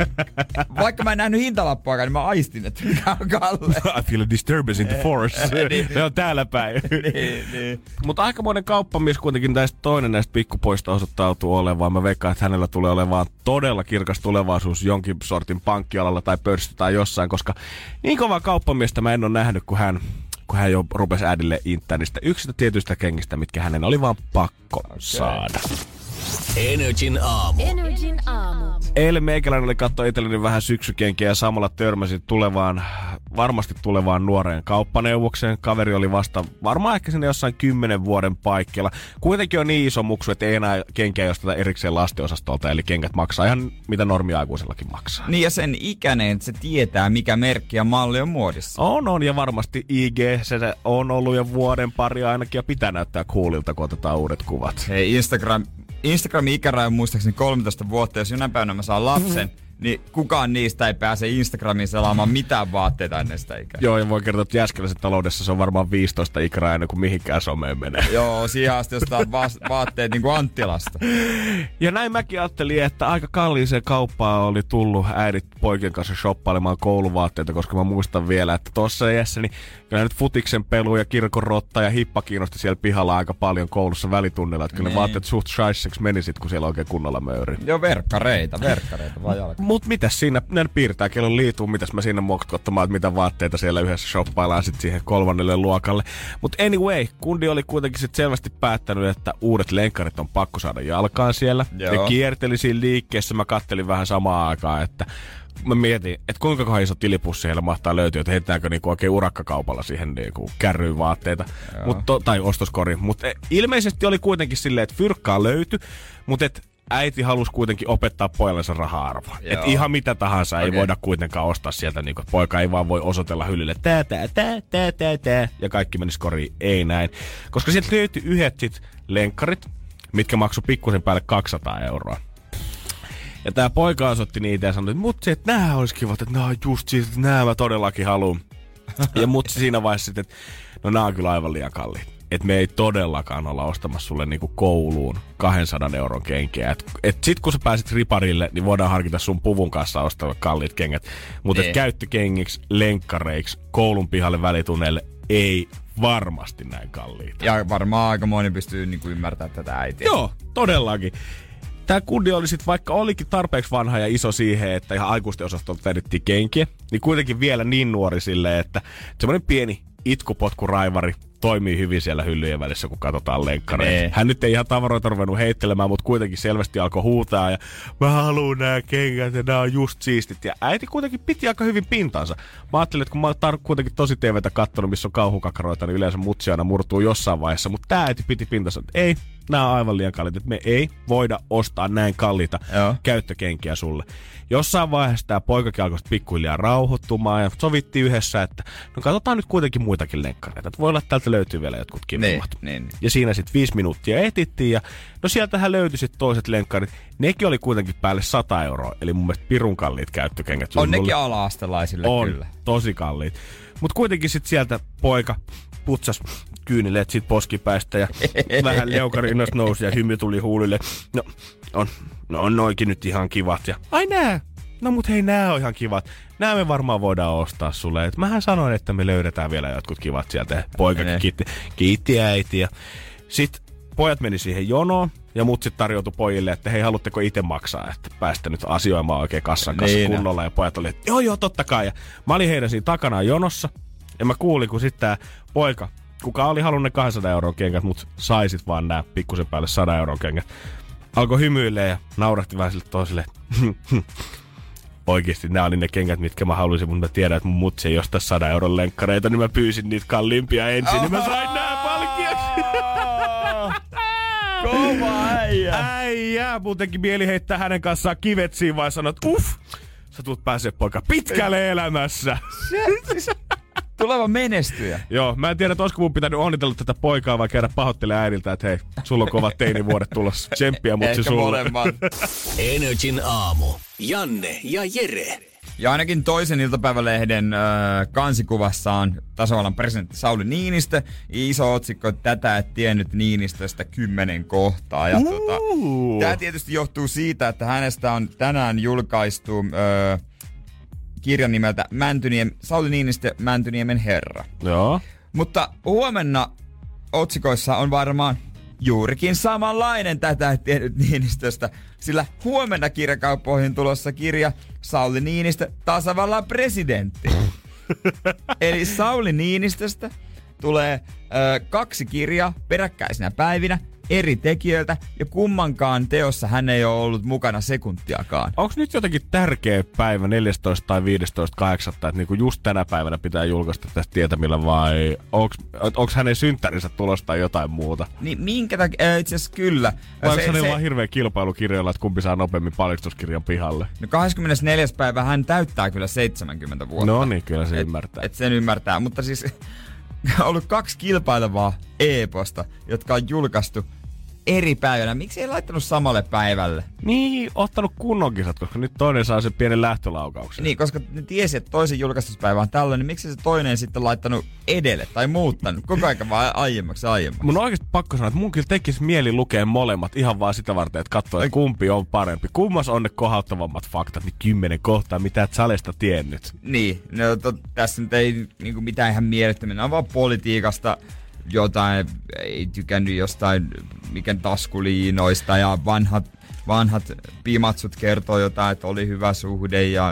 Vaikka mä en nähnyt hintalappuakaan, niin mä aistin, että mikä on kallein. I feel a disturbance in the forest. niin. Ne on täällä päin. niin, niin. Mutta aikamoinen kauppamies kuitenkin tästä toinen näistä pikkupoista osoittautuu olemaan. Mä veikkaan, että hänellä tulee olemaan todella kirkas tulevaisuus jonkin sortin pankkialalla tai pörssi tai jossain, koska niin kovaa kauppamiestä mä en ole nähnyt, kun hän, kun hän jo rupesi äidille inttää niistä yksistä tietyistä kengistä, mitkä hänen oli vaan pakko okay. saada. Energin aamu. Energin aamu. Eilen meikäläinen oli katsoa itselleni vähän syksykenkiä ja samalla törmäsin tulevaan, varmasti tulevaan nuoreen kauppaneuvokseen. Kaveri oli vasta varmaan ehkä sinne jossain kymmenen vuoden paikkeilla. Kuitenkin on niin iso muksu, että ei enää kenkiä josteta erikseen lastenosastolta, eli kengät maksaa ihan mitä normiaikuisellakin maksaa. Niin ja sen ikäinen, että se tietää mikä merkki ja malli on muodissa. On, on ja varmasti I G se on ollut jo vuoden pari ainakin ja pitää näyttää coolilta, kun otetaan uudet kuvat. Hei, Instagram... Instagramin ikäraja on muistaakseni kolmetoista vuotta, jos jonain päivänä mä saan lapsen, niin kukaan niistä ei pääse Instagramiin selaamaan mitään vaatteita ennen sitä ikää. Joo, ja voi kertoa, että Jääskeläisen taloudessa se on varmaan viisitoista ikäraja ennen kuin mihinkään someen menee. Joo, siihen asti jostain va- vaatteet niin kuin Anttilasta. Ja näin mäkin ajattelin, että aika kalliiseen kauppaan oli tullut äidit poikien kanssa shoppailemaan kouluvaatteita, koska mä muistan vielä, että tuossa iässä niin kyllä nyt futiksen pelu ja kirkon rotta ja hippa kiinnosti siellä pihalla aika paljon koulussa välitunnilla, että kyllä niin. Ne vaatteet suht shaisseksi meni sit, kun siellä oikein kunnolla möyri. Joo, verkkareita, verkkareita vaan jalka. Mut mitäs siinä, ne piirtää kellon liituun, mitäs mä siinä mokskottamaan, että mitä vaatteita siellä yhdessä shoppaillaan sit siihen kolmannelle luokalle. Mut anyway, kundi oli kuitenkin sit selvästi päättänyt, että uudet lenkkarit on pakko saada jalkaan siellä. Joo. Ne kierteli siinä liikkeessä, mä kattelin vähän samaan aikaan, että mä mietin, että kuinka kohan iso tilipussi heillä mahtaa löytyä, että heitetäänkö niinku oikein urakkakaupalla siihen niinku kärryyn vaatteita, Mut to, tai ostoskoriin. Mutta ilmeisesti oli kuitenkin silleen, että fyrkkaa löytyi, mutta et äiti halusi kuitenkin opettaa pojallensa raha-arvoa. Että ihan mitä tahansa okay. ei voida kuitenkaan ostaa sieltä, niin kuin, että poika ei vaan voi osoitella hyllylle tää, tää, tää, tää, tää, tää, ja kaikki meni skoriin. Ei näin. Koska sieltä löytyi yhdet sit lenkkarit, mitkä maksoi pikkusen päälle kaksisataa euroa. Ja tää poika osoitti niitä ja sanoi, että mutsi, että nää olisi kivat, että nää on just siitä, että nää mä todellakin haluun. Ja mutsi siinä vaiheessa sitten, että no nää on kyllä aivan liian kalliit. että me ei todellakaan olla ostamassa sulle niinku kouluun kahdensadan euron kenkiä. Et, et sit kun sä pääsit riparille, niin voidaan harkita sun puvun kanssa ostaa kalliit kengät. Mutta käyttökengiksi, lenkkareiksi, koulun pihalle välitunneille ei varmasti näin kalliita. Ja varmaan aika moni pystyy niinku ymmärtämään tätä äitiä. Joo, todellakin. Tää kundi oli sit, vaikka olikin tarpeeksi vanha ja iso siihen, että ihan aikuisten osastolta vedettiin kenkiä, niin kuitenkin vielä niin nuori silleen, että semmoinen pieni itkupotkuraivari toimii hyvin siellä hyllyjen välissä, kun katsotaan lenkkareita. Hän nyt ei ihan tavaroita ruvennut heittelemään, mutta kuitenkin selvästi alkoi huutaa ja mä haluun nää kengät ja nää on just siistit. Ja äiti kuitenkin piti aika hyvin pintansa. Mä ajattelin, että kun mä oon tar- kuitenkin tosi T V:tä kattonut, missä on kauhukakaroita, niin yleensä mutsi aina murtuu jossain vaiheessa. Mutta tää äiti piti pintansa, että ei, nää on aivan liian kalliita. Me ei voida ostaa näin kalliita Joo. käyttökenkiä sulle. Jossain vaiheessa tää poikakin alkoi pikkuhiljaa rauhoittumaan ja sovittiin yhdessä, että no katsotaan nyt kuitenkin muitakin lenkkareita. Että voi olla, että täältä löytyy vielä jotkut kivemmat. Niin, niin. Ja siinä sitten viisi minuuttia etittiin ja no sieltähän löytyi sitten toiset lenkkarit. Nekin oli kuitenkin päälle sata euroa, eli mun mielestä pirun kalliit käyttökengät. On nekin ala-astelaisille on, kyllä. Tosi kalliit. Mut kuitenkin sitten sieltä poika putsas kyynileet sit poskipäistä ja vähän leukarinnasta nousi ja hymy tuli huulille. No on, no on noikin nyt ihan kivat ja ai nää! No mut hei, nää on ihan kivat. Nää me varmaan voidaan ostaa sulle. Et mähän sanoin, että me löydetään vielä jotkut kivat sieltä. Poikakin kiitti, kiitti äiti. Ja sit pojat meni siihen jonoon ja mut sit tarjoutui pojille, että hei, haluatteko itse maksaa, että päästä nyt asioimaan oikein kassan kanssa niin, kunnolla. Ja pojat oli, että joo joo, totta kai. Ja mä olin heidän siinä takana jonossa ja mä kuulin, kun sit tää poika, kuka oli halunnut ne kahdensadan euron kengät, mut saisit vaan nää pikkusen päälle sadan euron kengät, alkoi hymyilee ja naurahti vähän sille toiselle. Oikeesti nämä oli ne kengät, mitkä mä halusin, mutta mä tiedän, että mun mutsi ei ostaa sadan euron lenkkareita, niin mä pyysin niitä kalliimpia ensin, Oho! niin mä sain nää palkkiaksi. Kova äijä. Äijä. Mun teki mieli heittää hänen kanssaan kivet siinä vai sanot, uff, sä tulet pääsee poika pitkälle elämässä. Tuleva menestyjä. Joo, mä en tiedä, että olisiko mun pitänyt onnitella tätä poikaa vai käydä pahoittelemaan äidiltä, että hei, sulla on kovat teinivuodet tulossa. Tsemppiä mutsi sulle. Ehkä molemmat. Energin aamu. Janne ja Jere. Ja ainakin toisen iltapäivälehden äh, kansikuvassa on tasavallan presidentti Sauli Niinistö. Iso otsikko, tätä et tiennyt Niinistöstä kymmenen kohtaa. Ja tota, tää tietysti johtuu siitä, että hänestä on tänään julkaistu äh, kirjan nimeltä Mäntyniem, Sauli Niinistö, Mäntyniemen herra. Joo. Mutta huomenna otsikoissa on varmaan juurikin samanlainen tätä et tiennyt Niinistöstä, sillä huomenna kirjakauppoihin tulossa kirja Sauli Niinistö, tasavallan presidentti. Eli Sauli Niinistöstä tulee ö, kaksi kirjaa peräkkäisinä päivinä eri tekijöiltä ja kummankaan teossa hän ei ole ollut mukana sekuntiakaan. Onko nyt jotenkin tärkeä päivä neljästoista tai viidestoista kahdeksatta, että niinku just tänä päivänä pitää julkaista tästä tietämillä vai onko hänen synttärinsä tulosta tai jotain muuta? Niin minkä takia? Itse asiassa kyllä. Vai onko hänellä vaan hirveä kilpailu kirjoilla, että kumpi saa nopeammin paljastuskirjan pihalle? No kahdeskymmenesneljäs päivä hän täyttää kyllä seitsemänkymmentä vuotta. No niin, kyllä se et, ymmärtää. Et sen ymmärtää, mutta siis on ollut kaksi kilpailevaa e-posta, jotka on julkaistu eri päivänä. Miksi ei laittanut samalle päivälle? Niin, ottanut kunnon kisat, koska nyt toinen saa sen pienen lähtölaukauksen. Niin, koska ne tiesi, että toisen julkaistuspäivä on tällöin, niin miksi se toinen sitten laittanut edelle tai muuttanut koko ajan vaan aiemmaksi aiemmaksi? Mun on oikeasti pakko sanoa, että mun kyllä tekisi mieli lukea molemmat ihan vaan sitä varten, että katsoo, että kumpi on parempi. Kummas on ne kohauttavammat faktat, niin kymmenen kohtaa, mitä et salesta tiennyt. Niin, no to, tässä nyt ei niinku mitään ihan mielettömiä, on vaan politiikasta jotain, ei tykännyt jostain mikä taskuliinoista ja vanhat, vanhat pimatsut kertoo jotain, että oli hyvä suhde ja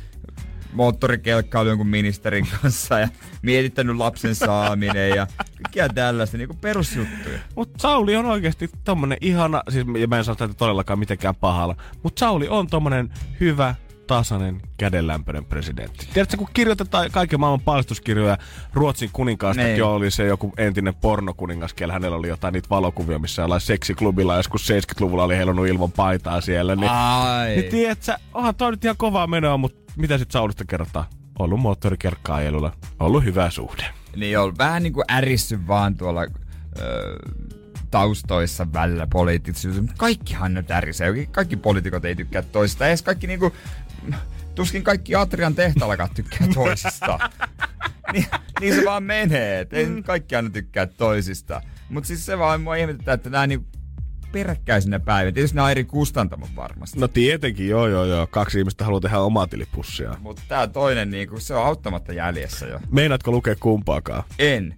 moottorikelkkailu jonkun ministerin kanssa ja mietittänyt lapsen saaminen ja kaikkia tällaista niinku perusjuttuja. Mut Sauli on oikeesti tommonen ihana, siis mä en sano tätä todellakaan mitenkään pahalla, mut Sauli on tommonen hyvä, tasainen, kädenlämpöinen presidentti. Tiedätkö, kun kirjoitetaan kaiken maailman paljastuskirjoja Ruotsin kuninkaastakin oli se joku entinen pornokuningas, kellä hänellä oli jotain niitä valokuvia, missä jollain seksiklubilla joskus seitsemänkymmentäluvulla oli heilunut ilman paitaa siellä. Niin, niin tiedätkö, onhan toi nyt ihan kovaa menoa, mutta mitä sit Saulista kerrotaan? Ollut moottorikelkkailulla, ollut hyvä suhde. Niin on vähän niinku ärissy vaan tuolla öö, taustoissa välillä poliittisesti. Kaikkihan nyt ärisee. Kaikki poliitikot ei tykkää toisistaan. Edes kaikki niinku, tuskin kaikki Atrian tehtaallakaan tykkää toisistaan. niin, niin se vaan menee. Et ei nyt kaikki aina tykkää toisistaan. Mutta siis se vaan mua ihmetyttää, että nää niinku peräkkäisinä päivinä. Tietysti nämä on eri kustantamot varmasti. No tietenkin, joo joo joo. Kaksi ihmistä haluaa tehdä omaa tilipussia. Mutta tää toinen, niinku, se on auttamatta jäljessä jo. Meinaatko lukea kumpaakaan? En.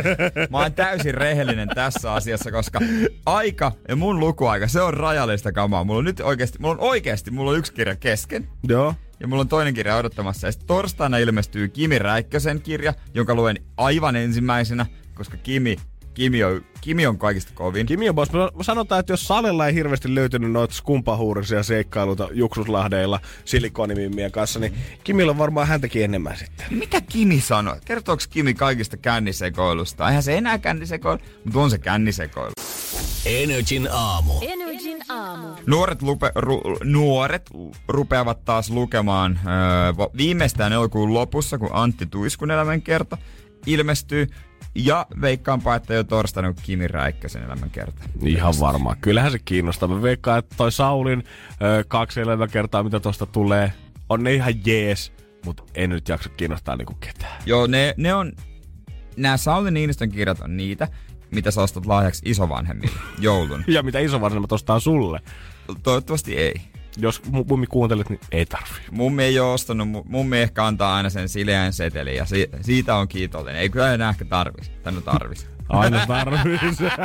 Mä oon täysin rehellinen tässä asiassa, koska aika ja mun lukuaika, se on rajallista kamaa. Mulla on nyt oikeesti, mulla on oikeesti, mulla on yksi kirja kesken. Joo. Ja mulla on toinen kirja odottamassa. Ja sitten torstaina ilmestyy Kimi Räikkösen kirja, jonka luen aivan ensimmäisenä, koska Kimi Kimi on, Kimi on kaikista kovin. Kimi on boss. Sanotaan, että jos Salella ei hirveästi löytynyt noita skumpahuurisia seikkailuita Juksuslahdeilla silikonimimmien kanssa, niin Kimillä on varmaan häntäkin enemmän sitten. Mitä Kimi sanoo? Kertooks Kimi kaikista kännisekoilusta? Eihän se enää kännisekoilu, mutta on se kännisekoilu. Energin aamu. Energin aamu. Nuoret, lupe, ru, nuoret rupeavat taas lukemaan öö, viimeistään elokuun lopussa, kun Antti Tuiskun elämänkerta ilmestyy. Ja veikkaanpa, että jo torstaina Kimi Räikkösen elämänkerta. Ihan varmaan. Kyllähän se kiinnostaa. Mä veikkaan, että toi Saulin ö, kaksi elämänkertaa, mitä tosta tulee, on ne ihan jees, mutta en nyt jaksa kiinnostaa niinku ketään. Joo, ne, ne on... Nämä Sauli Niinistön kirjat on niitä, mitä sä ostat lahjaksi isovanhemmille joulun. Ja mitä isovanhemmat ostaa sulle. Toivottavasti ei. Jos mummi kuuntelet, niin ei tarvii. Mummi ei ole ostanut, mummi ehkä antaa aina sen sileän setelin ja si- siitä on kiitollinen. Ei kyllä enää ehkä tarvis, tänne tarvis. Aina tarvis.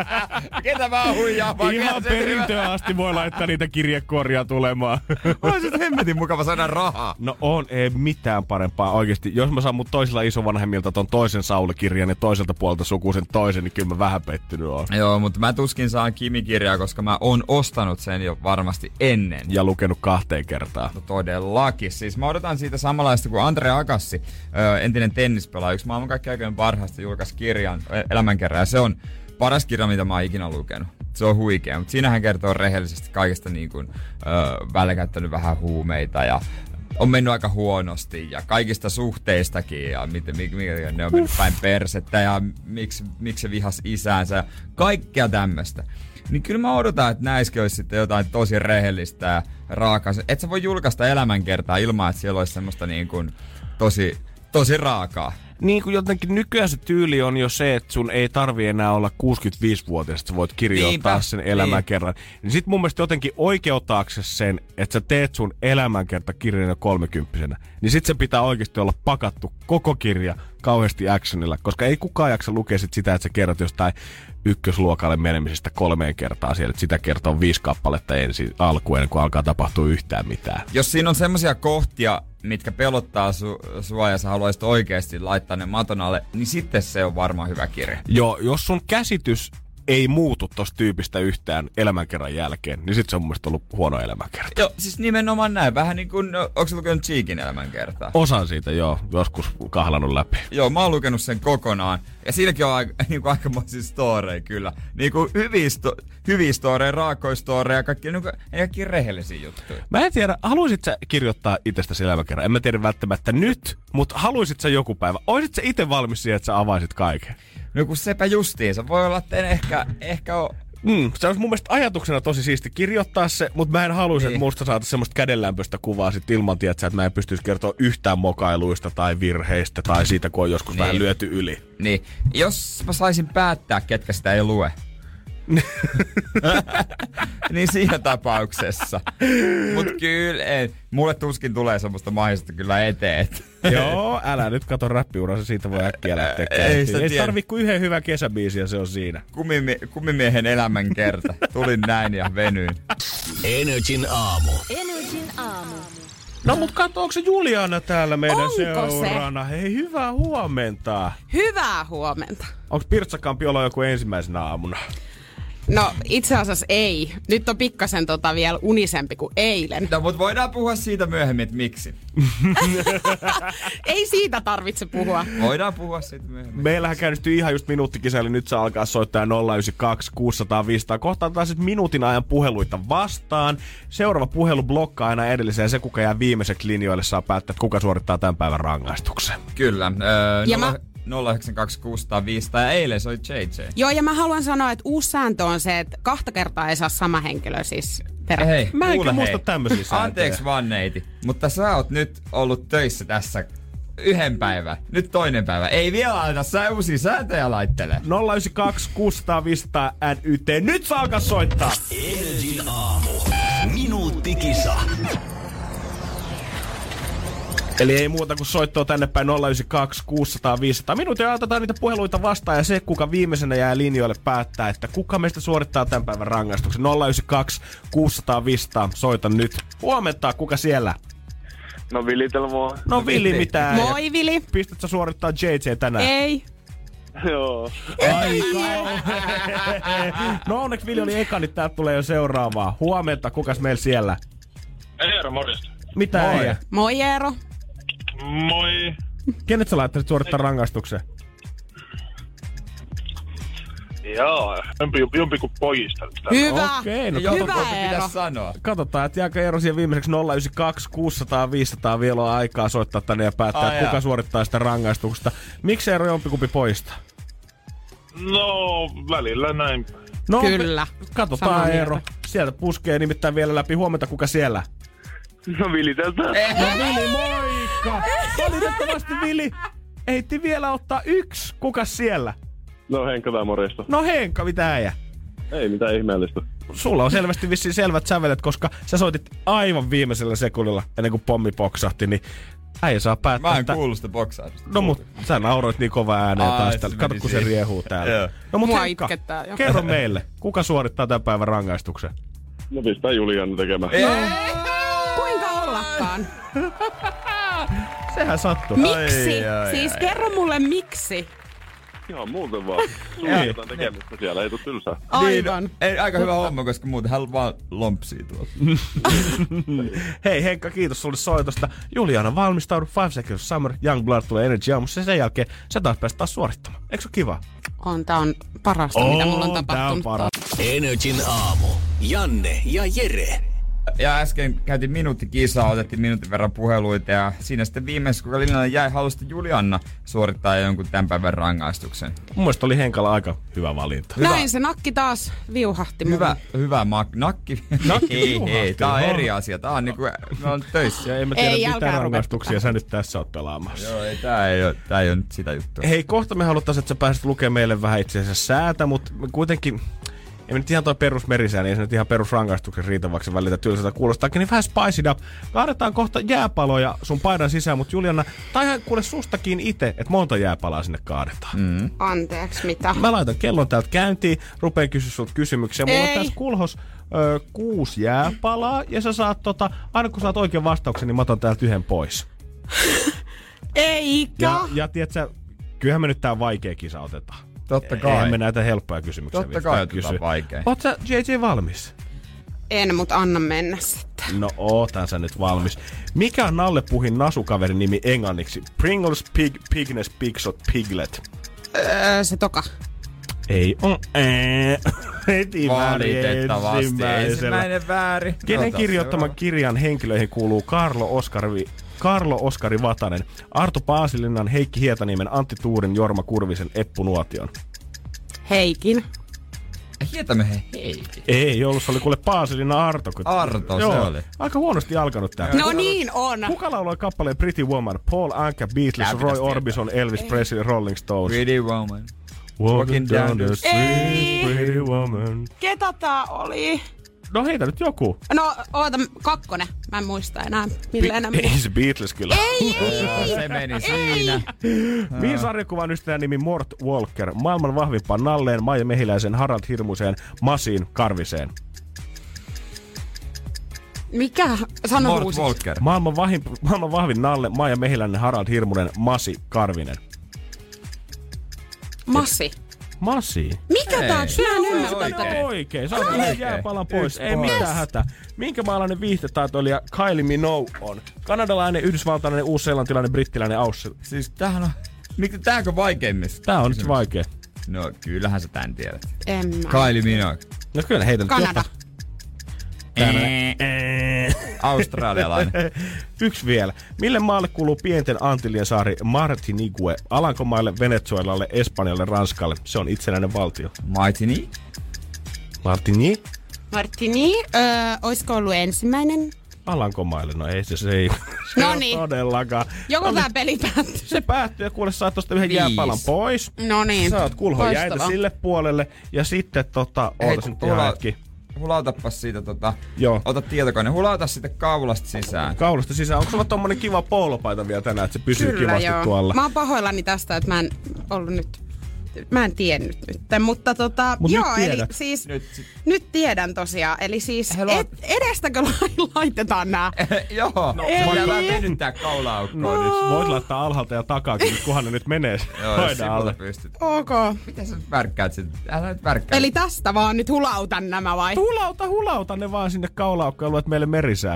Ketä mä huijaa? Ihan perintöön asti voi laittaa niitä kirjekorjaa tulemaan. On se hemmetin mukava saada rahaa. No on, ei mitään parempaa oikeesti. Jos mä saan mut toisilla isovanhemmilta ton toisen Sauli-kirjan ja toiselta puolta sukuisen toisen, niin kyllä mä vähän pettynyt oon. Joo, mutta mä tuskin saan Kimi-kirjaa, koska mä oon ostanut sen jo varmasti ennen. Ja lukenut kahteen kertaan. No todellakin. Siis mä odotan siitä samanlaista kuin Andre Agassi, entinen tennispelaaja, yksi maailman kaikkien aikojen parhaasta, julkaisi kirjan, elämänkerran. Ja se on paras kirja, mitä mä oon ikinä lukenut. Se on huikea, mutta siinähän kertoo rehellisesti kaikesta niin kuin, öö, välillä käyttänyt vähän huumeita ja on mennyt aika huonosti ja kaikista suhteistakin ja miten mi, mi, ne on mennyt päin persettä ja miksi, miksi se vihas isäänsä ja kaikkea tämmöistä. Niin kyllä mä odotan, että näissäkin olisi sitten jotain tosi rehellistä ja raakaa. Et sä voi julkaista elämänkertaa ilman, että siellä olisi semmoista niin kuin tosi, tosi raakaa. Niin kuin jotenkin nykyään se tyyli on jo se, että sun ei tarvi enää olla kuusikymmentäviisivuotias, että sä voit kirjoittaa Niinpä. sen elämänkerran. Niin sit mun mielestä jotenkin oikeuttaaksesi sen, että sä teet sun elämänkerta kirjana kolmekymppisenä, niin sit se pitää oikeasti olla pakattu koko kirja kauheasti actionilla, koska ei kukaan jaksa lukea sit sitä, että sä kerrot jostain ykkösluokalle menemisestä kolmeen kertaa siellä, että sitä kertoo viisi kappaletta ensin alkuun, kun alkaa tapahtua yhtään mitään. Jos siinä on semmosia kohtia, mitkä pelottaa su- sua ja sä haluaisit oikeasti laittaa ne maton alle, niin sitten se on varmaan hyvä kirja. Joo, jos sun käsitys ei muutu tosta tyypistä yhtään elämänkerran jälkeen, niin sit se on mun mielestä ollut huono elämänkerta. Joo, siis nimenomaan näin. Vähän niin kuin, onko sä lukenut Cheekin elämänkertaa? Osan siitä, joo. Joskus kahlannut läpi. Joo, mä oon lukenut sen kokonaan. Ja siinäkin on aika, niin kuin aikamoisia storeja kyllä. Niin kuin hyviä, sto- hyviä storeja, raakoja storeja ja kaikki, niin kuin, kaikki rehellisiä juttuja. Mä en tiedä, haluisit sä kirjoittaa itsestäsi elämänkerran? En mä tiedä välttämättä nyt, mutta haluisit sä joku päivä? Oisit sä itse valmis siihen, että sä avaisit kaiken? No kun sepä justiinsa. Voi olla, että en ehkä, ehkä ole... Mm, se olisi mun mielestä ajatuksena tosi siisti kirjoittaa se, mutta mä en haluaisi, niin. että musta saataisiin semmoista kädenlämpöistä kuvaa sit ilman, tietsä, että mä en pystyisi kertoa yhtään mokailuista tai virheistä tai siitä, kun on joskus niin. vähän lyöty yli. Niin. Jos mä saisin päättää, ketkä sitä ei lue. Niin siinä tapauksessa. Mut kyllä, ei. Mulle tuskin tulee semmoista mahdollisuutta kyllä eteen. Joo, älä nyt kato räppiuransa, siitä voi äkkiä lähteä käyntiin. Ei, ei tarvii kuin yhden hyvän kesäbiisin ja se on siinä. Kumimie- kumimiehen elämänkerta. Tulin näin ja venyin. Energin aamu. Energin aamu. No mut katso, onko se Juliana täällä meidän Onko seurana? se? Hei, hyvää huomenta. Hyvää huomenta. Onko Pirtsakampi olla joku ensimmäisenä aamuna? No itse asiassa ei. Nyt on pikkasen tota vielä unisempi kuin eilen. No mut voidaan puhua siitä myöhemmin, että miksi. Ei siitä tarvitse puhua. Voidaan puhua siitä myöhemmin. Meillähän käynnistyy ihan just minuuttikisa, eli nyt saa alkaa soittaa nolla yhdeksän kaksi kuusi nolla nolla viisi nolla nolla. Kohta otetaan sitten minuutin ajan puheluita vastaan. Seuraava puhelu blokkaa aina edelliseen. Se, kuka jää viimeiseksi linjoille, saa päättää, että kuka suorittaa tämän päivän rangaistuksen. Kyllä. Öö, ja nolla, mä... nolla yhdeksän kaksi kuusi nolla nolla viisi ja eilen se oli J J. Joo, ja mä haluan sanoa, että uusi sääntö on se, että kahta kertaa ei saa sama henkilö siis perä. Hei, mä enkä kuule muista hei. tämmöisiä sääntöjä. Anteeksi vaan neiti, mutta sä oot nyt ollut töissä tässä yhden päivän. Nyt toinen päivä. Ei vielä aina sä uusia sääntöjä laittele. nolla yhdeksän kaksi kuusi nolla nolla viisi nolla nolla N Y T. Nyt saa alkaa soittaa. Energin aamu. Minuuttikisa. Eli ei muuta kuin soittoa tänne päin nolla yhdeksän kaksi kuusi nolla nolla viisi nolla nolla. Minuutin otetaan niitä puheluita vastaan ja se, kuka viimeisenä jää linjoille, päättää, että kuka meistä suorittaa tämän päivän rangaistuksen. nolla yhdeksän kaksi kuusi nolla nolla viisi nolla nolla. Soita nyt. Huomenta, kuka siellä? No Vili, täällä moi. No Vili, mitä? Moi Vili. Pistätkö suorittaa J J tänään? Ei. Joo. Aika. No onneksi Vili oli eka, niin täältä tulee jo seuraavaa. Huomenta, kukas meillä siellä? Eero, morjesta. Mitä Moi. ei? Moi Eero. Moi. Kenet sä laittelit suorittaa rangaistuksen? Joo, jompi, jompi kuin pojista. Hyvä. Okei, no Joo, Hyvä, totta Eero. pitäis sanoa. katsotaan, että jääkö Eero siihen viimeiseksi nolla yhdeksän kaksi kuusi nolla nolla viisi nolla nolla. Vielä on aikaa soittaa tänne ja päättää, Ai että kuka jaa. suorittaa sitä rangaistuksesta. Miksi Eero jompikumpi poistaa? No, välillä näin. No, Kyllä. me- Katsotaan Samaa mieltä. Eero. Sieltä puskee nimittäin vielä läpi. Huomenta, kuka siellä? No Vili täältä. No Vili, moikka! Valitettavasti Vili ehti vielä ottaa yksi. Kukas siellä? No Henkka tää morjesta. No Henkka, mitä äijä? Ei mitään ihmeellistä. Sulla on selvästi vissiin selvät sävelet, koska sä soitit aivan viimeisellä sekunnilla ennen kuin pommi poksahti, niin äijä saa päättää, Mä en että... kuullut sitä boksausta. No mut sä nauroit niin kova ääneen Ai, taas se täällä. meni Kato, kun se siihen. riehuu täällä. Joo. No mut Mua Henkka, itkettää jo. kerro meille, kuka suorittaa tämän päivän rangaistuksen? No pistää Julian tekemään. Kuinka ollakaan? Sehän sattuu. Miksi? Ai, ai, Siis ai. kerro mulle miksi. Ihan muuten vaan. Sulla on jotain tekemistä siellä, ei tuu tylsää. Aivan. Niin, ei, aika hyvä homma, koska muuten hän vaan lompsii tuolta. Hei Henkka, kiitos sulle soitosta. Juliana, valmistaudu. Five Seconds Summer, Young Blood tulee Energy aamussa ja sen jälkeen sä taas pääset taas suorittamaan. Eikö se ole kiva? On, tää on parasta, mitä mulla on tää on tapahtunut. paras. Energin aamu. Janne ja Jere. Ja äsken käytiin minuuttikisaa, otettiin minuutin verran puheluita ja siinä sitten viimeisessä, kun linjalle jäi, halusi Julianna suorittaa jonkun tämän päivän rangaistuksen. Mun mielestä oli Henkalla aika hyvä valinta. Näin se nakki taas viuhahti Hyvä, mulle. hyvä mak- nakki. Nakki ei, viuhahti, ei, tää on joo. eri asia. Tää on niinku, me on töissä. Ja en mä Ei, tiedä, älkää mitä ruveta rangaistuksia tähän. sä nyt tässä oot pelaamassa. Joo, ei, tää ei oo, tää ei oo nyt sitä juttua. Hei, kohta me haluttais, että sä pääset lukemaan meille vähän itse asiassa säätä, mutta kuitenkin... Ei nyt ihan toi perusmerisää, niin ei se nyt ihan perusrangaistuksen riitä, vaikka se välillä tylsältä kuulostaakin, niin vähän spice it up. Kaadetaan kohta jääpaloja sun paidan sisään, mutta Juliana, tai ihan kuule sustakin itse, että monta jääpalaa sinne kaadetaan. Mm. Anteeksi, mitä? Mä laitan kellon täältä käyntiin, rupeen kysyä sulta kysymyksiä. Mulla on Ei. tässä kulhos ö, kuusi jääpalaa, ja sä saat tota, aina kun saat oikean vastauksen, niin mä otan täältä yhden pois. Eikä. Ja, ja tiedätkö, kyllähän me nyt tää vaikea kisa otetaan. Totta Eihän kai. me näitä helppoja kysymyksiä Totta viittaa kai otetaan vaikea. Oot sä J J valmis? En, mut anna mennä sitten. No ootan sä nyt valmis. Mikä on Nalle Puhin nasukaverin nimi englanniksi? Pringles, Pig, Pigness, Pixot, Piglet. Öö, se toka. Ei on. Ää. Heti Valitettavasti. ensimmäisellä. Ensimmäinen väärin. Kenen Otas kirjoittaman seuraava. kirjan henkilöihin kuuluu Karlo Oskari, Karlo Oskari Vatanen, Arto Paasilinnan, Heikki Hietaniemen, Antti Tuurin, Jorma Kurvisen, Eppu Nuotion? Heikin. Hietämme he hei. Ei ollut, se oli kuule Paasilinnan Arto. Kun... Arto, se oli. Aika huonosti alkanut tää. No niin on. Kuka lauloi kappaleen Pretty Woman? Paul Anka, Beatles, Tää Roy pitäisi Orbison, Elvis Presley, Rolling Stones. Pretty woman. Walking down the street, Ei. pretty woman. Ketä tää oli? No heitä nyt joku. No, oota, kakkonen. Mä en muista enää. Millä enää? Ei se Beatles kyllä. Ei, ei, Se meni siinä. Mihin sarjakuvan ystävän nimi Mort Walker? Maailman vahvimpaan Nalleen, Maija Mehiläisen, Harald Hirmuseen, Masiin, Karviseen. Mikä? Sano Mort uusiksi. Walker. Maailman, vahvin, maailman vahvin Nalle, Maija Mehiläinen, Harald Hirmunen, Masi, Karvinen. Massi. Masi? Mikä Ei. tää on? Mä en ymmärrä Oikein. tätä. Oikein, se on yhden Oikein. jääpalan pois. Yksi Ei pois. mitään hätää. Minkä maalainen viihtetaitoilija Kylie Minogue on? Kanadalainen, yhdysvaltalainen, uusseelantilainen, brittiläinen, Aussi. Siis tämähän on... Mikä tääkö vaikeimmista? Tää on nyt vaikea. No kyllähän sä tän tiedät. En mä. Kylie Minogue. No kyllä heitä nyt Kanada. jotain. Täällä- Australialainen. Yksi vielä. Mille maalle kuuluu pienten Antillien saari Martinique? Alankomaille, Venezuelalle, Espanjalle, Ranskalle. Se on itsenäinen valtio. Martini? Martinique? Martini, öö, oisko ollut ensimmäinen? Alankomaille, no ei se, se ei No niin. todellakaan. Joko no, tää peli päättyy? Se päättyy ja kuule saat tosta yhden jääpalan pois. No niin. Saat kulhon jäitä sille puolelle ja sitten tota, ootas nyt ihan hetki. Hulautapas siitä tota, Joo. ota tietokone, hulauta siitä kaulasta sisään. Kaulasta sisään. Onko sulla tommonen kiva poolopaita vielä tänään, että se pysyy Kyllä, kivasti joo. tuolla? Mä oon pahoillani tästä, että mä en ollut nyt, mä en tiennyt nyt, mutta tota, Mut joo, nyt eli tiedät. siis, Nyt, nyt tiedän tosiaan, eli siis Hello. et, edestäkö laitetaan nää? Joo, no, ei. se pitää vähän venyttää kaula-aukkoa No, nyt. nyt voit laittaa alhaalta ja takaakin, kunhan ne nyt menee Joo, jos paidan sivulla alle. pystyt. Ok. Miten sä nyt värkkäät sit? Älä nyt värkkää. Eli tästä vaan nyt hulautan nämä vai? Hulauta, hulauta ne vaan sinne kaula-aukkoon ja luet meille merisään.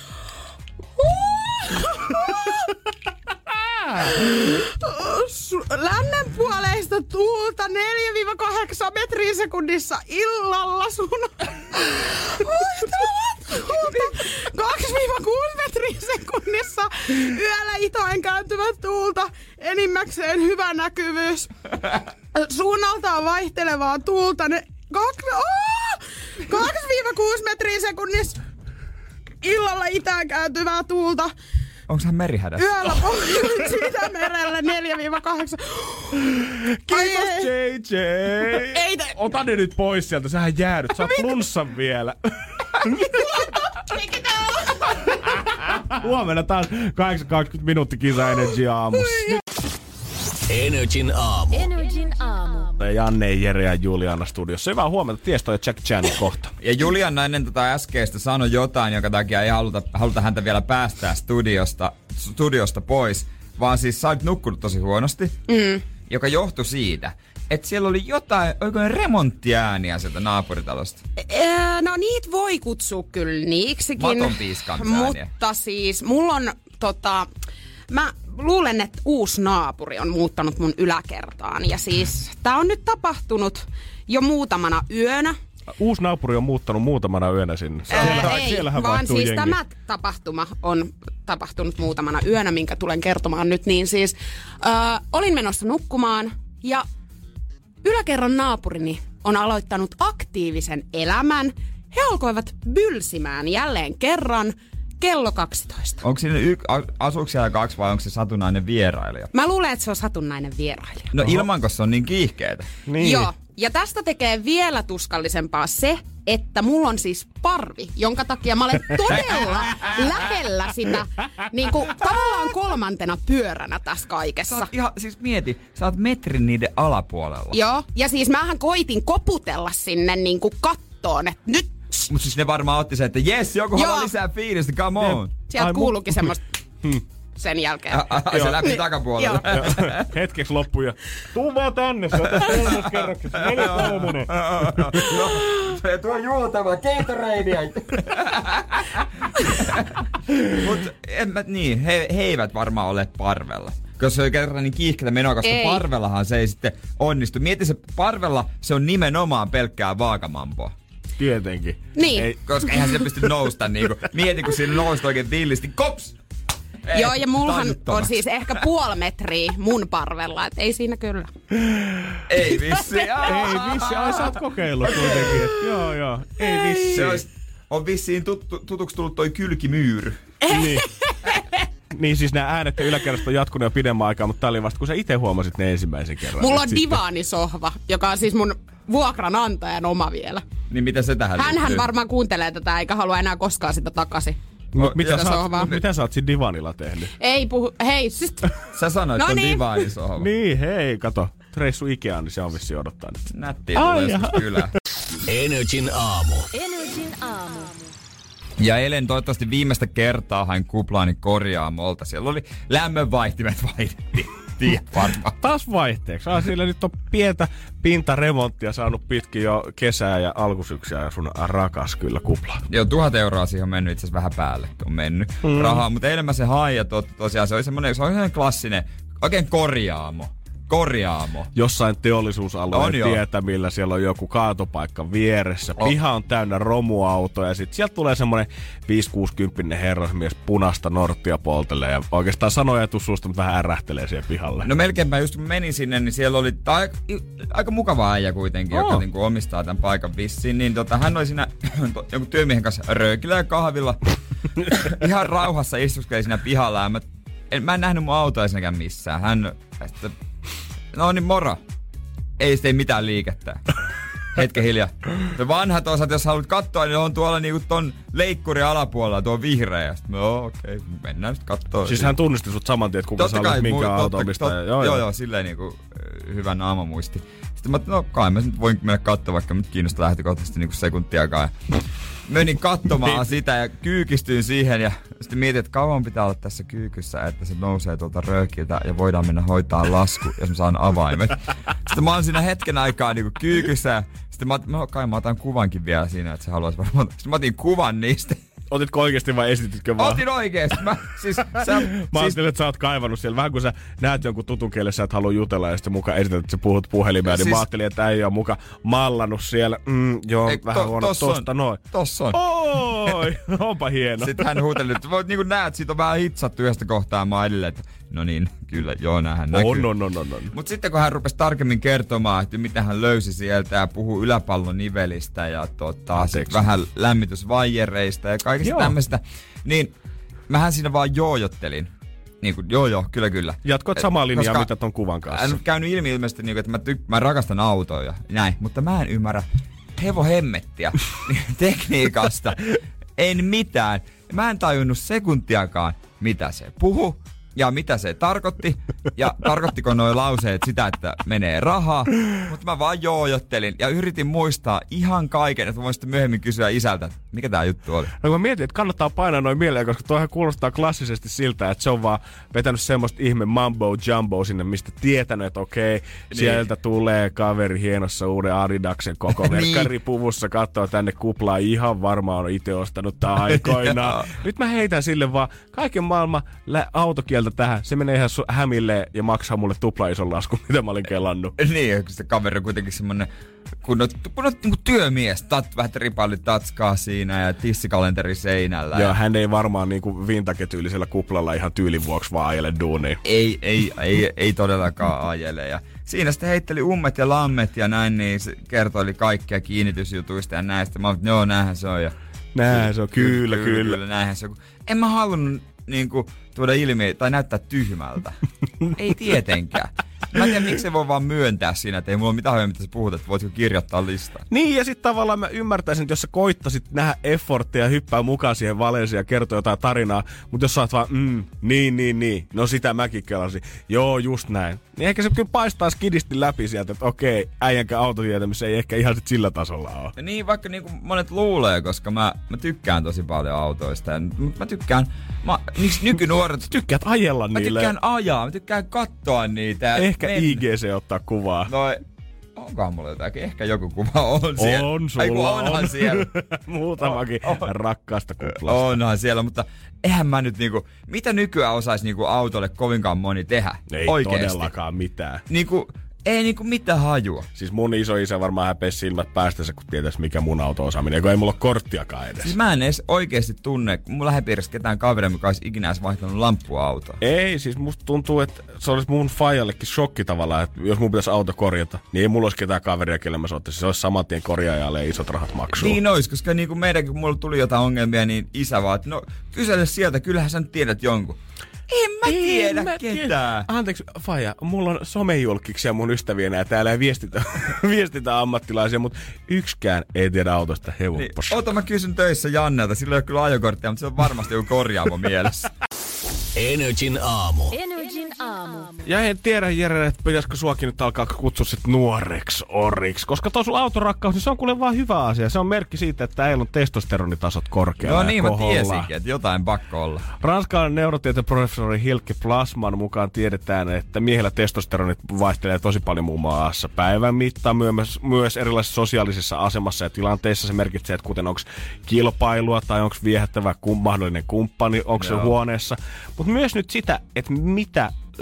Lännen puoleista tuulta neljä kahdeksan metriä sekunnissa illalla sun. kaksi kuusi metriä sekunnissa yöllä itoen kääntyvät tuulta. Enimmäkseen hyvä näkyvyys. Suunnaltaan vaihtelevaa tuulta. Ne kaksi kuusi metriä sekunnissa illalla itään kääntyvää tuulta. Onko hän merihädässä? Yöllä pohjoin siitä merellä neljä kahdeksan. Kiitos J J! Ei te... Ota ne nyt pois sieltä, sähän jäädyt, sä oot flunssan vielä. Mikä tää on? Huomenna taas kahdeksan kaksikymmentä minuutti kisa Energy aamussa. Energin aamu. Energin aamu. Janne, Jere ja Juliana studiossa. Hyvää huomenta, Tiesto ja Jack Chan kohta. Ja Juliana ennen tota äskeistä sanoi jotain, jonka takia ei haluta, haluta häntä vielä päästää studiosta, studiosta pois, vaan siis sä olit nukkunut tosi huonosti, mm. joka johtui siitä, että siellä oli jotain oikein remonttiääniä sieltä naapuritalosta. Ee, no niitä voi kutsua kyllä niiksikin. Maton piiskaamisääniä. Mutta siis mulla on tota... Mä luulen, että uusi naapuri on muuttanut mun yläkertaan. Ja siis tää on nyt tapahtunut jo muutamana yönä. Uusi naapuri on muuttanut muutamana yönä sinne. Siellähän, Ei, siellähän vaan vaihtuu siis jengi. tämä tapahtuma on tapahtunut muutamana yönä, minkä tulen kertomaan nyt. Niin siis äh, olin menossa nukkumaan ja yläkerran naapurini on aloittanut aktiivisen elämän. He alkoivat bylsimään jälleen kerran kello kaksitoista. Onko siinä y- asuuko siellä kaksi vai onko se satunnainen vierailija? Mä luulen, että se on satunnainen vierailija. No ilmanko se on niin kiihkeetä? Niin. Joo, ja tästä tekee vielä tuskallisempaa se, että mulla on siis parvi, jonka takia mä olen todella lähellä sitä niin kuin tavallaan kolmantena pyöränä tässä kaikessa. Sä oot ihan, siis mieti, sä oot metrin niiden alapuolella. Joo, ja siis mähän koitin koputella sinne niin kuin kattoon, että nyt... Mut siis ne varmaan otti se, että jes, joku Joo. haluaa lisää fiilistä, come on. Sieltä Ai, kuuluukin mu- semmoista sen jälkeen. Ai se läpi takapuolella. Hetkeksi loppu ja tuu vaan tänne, se on tässä kolmas kerroksessa. Neljä kolmonen. Se tuo juotavaa Gatoradea. Mut en mä, niin, he, he eivät varmaan ole parvella. Koska se on kerran niin kiihkeitä menoa, koska Ei. parvellahan se ei sitten onnistu. Mieti se parvella, se on nimenomaan pelkkää vaakamampoa. Tietenkin. Niin. Ei, koska eihän se pysty nousta niinku. Mieti, kun siinä nousi oikein villisti. Kops! Ei, Joo, ja mullahan tajuttomaksi. on siis ehkä puoli metriä mun parvella, et ei siinä kyllä. Ei vissi. Ei vissi, ai sä oot kokeillut kuitenkin. Et, joo, joo, ei vissi. Se olisi, on vissiin tuttu, tutuksi tullut toi kylkimyyry. Niin. Niin siis nämä äänet ja yläkerrasta on jatkunut jo pidemmän aikaa, mutta tää oli vasta kun sä itse huomasit ne ensimmäisen kerran. Mulla Et on sitten- divaanisohva, joka on siis mun vuokranantajan oma vielä. Niin mitä se tähän Hänhän liittyy? varmaan kuuntelee tätä eikä halua enää koskaan sitä takaisin. Mut mitä, Sitä sä sohvaa. oot, mitä sä oot siinä divanilla tehnyt? Ei puhu, hei siis... Sä sanoit, No että on niin. divaanisohva. Niin, hei, kato. Reissu Ikeaan, niin se on vissiin odottaa nyt. Nättiä Ai tulee jaha. joskus kylään. Energin aamu. Energin aamu. Ja eilen toivottavasti viimeistä kertaa hain kuplaani korjaamolta. Siellä oli lämmönvaihtimet vaihdettiin. Tiedät varmaan. Taas vaihteeksi. Ah, sillä nyt on pientä pintaremonttia saanut pitkin jo kesää ja alkusyksyä ja sun rakas kyllä kupla. Joo, tuhat euroa siihen on mennyt itse asiassa vähän päälle, on mennyt mm. rahaa. Mutta eilen mä se hain ja to, tosiaan se oli semmonen, se oli semmonen klassinen, oikein korjaamo. Korjaamo. Jossain teollisuusalueen On joo. tietämillä siellä on joku kaatopaikka vieressä. On. Piha on täynnä romuautoja ja sit sieltä tulee semmonen viisi kuusikymmentä herrasmies punasta norttia poltelee ja oikeastaan sanoja tuu suusta, mutta vähän ärähtelee siihen pihalle. No melkeinpä just kun menin sinne, niin siellä oli aika, aika mukava äijä kuitenkin, Oh. joka niin kuin omistaa tämän paikan vissiin. Niin tota, hän oli siinä jonkun työmiehen kanssa röökillä ja kahvilla. ihan rauhassa istuskelin siinä pihalla ja mä en, mä en nähnyt mun autoa ensinnäkään missään. Hän, sitten, no niin moro. Ei sitten mitään liikettä. Hetken hiljaa. Ne vanhat osat, jos haluat katsoa, niin on tuolla niinku ton leikkurin alapuolella, tuo vihreä. Sitten mä, okei, okay, mennään nyt kattoo. Siis hän tunnisti sut saman tien, että kuka sä olet, minkä automista. Joo, joo, joo, joo, silleen niinku hyvä naamamuisti. Sitten mä, no kai mä nyt voin mennä katsoa, vaikka nyt kiinnostaa lähtökohtaisesti niinku sekuntiakaan. Menin katsomaan sitä ja kyykistyin siihen ja sitten mietin, että kauan pitää olla tässä kyykyssä, että se nousee tuolta röökiltä ja voidaan mennä hoitaa lasku, jos mä saan avaimet. Sitten mä oon siinä hetken aikaa niinku kyykyssä ja sitten mä, no kai mä otan kuvankin vielä siinä, että se haluaisi varmaan. Sitten mä otin kuvan niistä. Otitko oikeesti vai esititkö vaan? Otin oikeesti. Mä, siis, sä, mä ajattelin, siis... että sä oot kaivannut siellä. Vähän kun sä näet jonkun tutun kielessä, sä et halua jutella ja sitten muka esität, että sä puhut puhelimeen. Siis... Niin mä ajattelin, että ei oo muka mallannut siellä. Mm, joo, ei, vähän to, huono. Tosta noin. Tossa on. Oi, onpa hieno. Sitten hän huuteli, että voit niinku näet, siitä on vähän hitsattu yhdestä kohtaa mailille, että no niin, kyllä, joo, näähän näkyy. On, on, on, on, on. Mut sitten kun hän rupesi tarkemmin kertomaan, että mitä hän löysi sieltä ja puhuu yläpallon nivelistä ja tota, sit vähän lämmitysvaijereista ja kaikista tämmöistä, niin mähän siinä vaan joojottelin. Niin kuin, joo joo, kyllä kyllä. Jatkoit samaa linjaa, mitä ton kuvan kanssa. Hän on käynyt ilmi ilmeisesti, niin kuin, että mä, tyk- mä rakastan autoja, näin, mutta mä en ymmärrä hevohemmettiä tekniikasta. En mitään. Mä en tajunnut sekuntiakaan, mitä se puhu ja mitä se tarkoitti. Ja tarkoittiko noi lauseet sitä, että menee rahaa. Mutta mä vaan joojottelin ja yritin muistaa ihan kaiken, että mä voin sitten myöhemmin kysyä isältä, mikä tää juttu oli. No mä mietin, että kannattaa painaa noin mieleen, koska tuohan kuulostaa klassisesti siltä, että se on vaan vetänyt semmoista ihme mambo jumbo sinne, mistä tietänyt, että okei, niin. Sieltä tulee kaveri hienossa uuden Adidaksen koko verkkaripuvussa, katsoo tänne kuplaa, ihan varmaan on itse ostanut tää aikoinaan. Nyt mä heitän sille vaan kaiken maailman lä- autokieltä tähän, se menee ihan su- hämille ja maksaa mulle tupla ison laskun, mitä mä olin kelannut. Niin, kun se kaveri on kuitenkin semmonen kun on, kun on niin kuin työmies, tat, vähän tripallit tatskaa siinä ja tissikalenteri seinällä. Joo, ja hän ei varmaan niin kuin vintage-tyylisellä kuplalla ihan tyylin vuoksi vaan ajele duuniin. Ei, ei, ei, ei todellakaan ajele. Ja siinä sitten heitteli ummet ja lammet ja näin, niin se kertoili kaikkia kiinnitysjutuista ja näistä. Mä olin, joo, näähän se on. Ja näähän se on, kyllä, kyllä. kyllä. kyllä näähän se on. En mä halunnut niinku tuoda ilmi tai näyttää tyhmältä. Ei tietenkään. Mä en tiedä, miksi se voi vaan myöntää siinä, että ei mulla ole mitään hajua, mitä sä puhut, että voitko kirjoittaa listaa. Niin, ja sitten tavallaan mä ymmärtäisin, että jos sä koittasit nähdä efforttia ja hyppää mukaan siihen valeeseen ja kertoa jotain tarinaa, mutta jos sä oot vaan, mm, niin, niin, niin, no sitä mäkin kelasin. Joo, just näin. Niin ehkä se kyllä paistaa skidisti läpi sieltä, että okei, äijänkään autotietämys ei ehkä ihan sit sillä tasolla ole. Ja niin, vaikka niinku monet luulee, koska mä, mä tykkään tosi paljon autoista. Ja mä tykkään, mä, niks nykynuoret... Tykkäät ajella mä niille. Mä tykkään ajaa, mä tykkään katsoa niitä. Ehkä men... I G C ottaa kuvaa. No, onkohan mulla jotakin? Ehkä joku kuva on siellä. On, sulla Aiku, onhan on. siellä. Muutamakin on, on. rakkaasta kuplasta. Onhan siellä, mutta eihän mä nyt niinku... Mitä nykyään osaisi niinku autolle kovinkaan moni tehdä? Ei oikeesti. Todellakaan mitään. Niinku... Ei niinku mitään hajua. Siis mun isoisä varmaan häpesi silmät päästänsä, kun tietäisi mikä mun auto osaaminen, kun ei mulla ole korttiakaan edes. Siis mä en edes oikeesti tunne, kun mun lähipiirissä ketään kaveria, mikä olisi ikinä edes vaihtanut lamppua autoa. Ei, siis musta tuntuu, että se olisi mun faijallekin shokki tavallaan, että jos mun pitäisi auto korjata, niin ei mulla olisi ketään kaveria, kelle mä soittaisin. Se olisi saman tien korjaajalle isot rahat maksua. Niin ois, koska niinku meidänkin, kun mulla tuli jotain ongelmia, niin isä vaan, että no kysele sieltä, kyllähän sä nyt tiedät jonkun. En mä tiedä mä ketään. Tiedä. Anteeksi, faija, mulla on somejulkiksia mun ystävienä täällä ja viestitä, viestitä ammattilaisia, mutta yksikään ei tiedä autosta hevoppas. Niin, ota mä kysyn töissä Jannelta, sillä ei ole kyllä ajokorttia, mutta se on varmasti joku korjaamo mielessä. Energin aamu. Energin aamu. Ja en tiedä, Jere, että pitäisikö suakin nyt alkaa kutsua sit nuoreksi oriksi, koska tuo sun autorakkaus, niin se on kuule vaan hyvä asia. Se on merkki siitä, että äijällä on testosteronitasot korkealla. No niin, mä tiesinkin, että jotain pakko olla. Ranskalainen neurotieteen professori Hilke Plasman mukaan tiedetään, että miehellä testosteronit vaihtelee tosi paljon muun muassa päivän mittaan, myös, myös erilaisissa sosiaalisissa asemassa ja tilanteissa. Se merkitsee, että kuten onko kilpailua tai onko viehättävä kum, mahdollinen kumppani, onko se huoneessa. Mutta myös nyt sitä, että mitä, öö,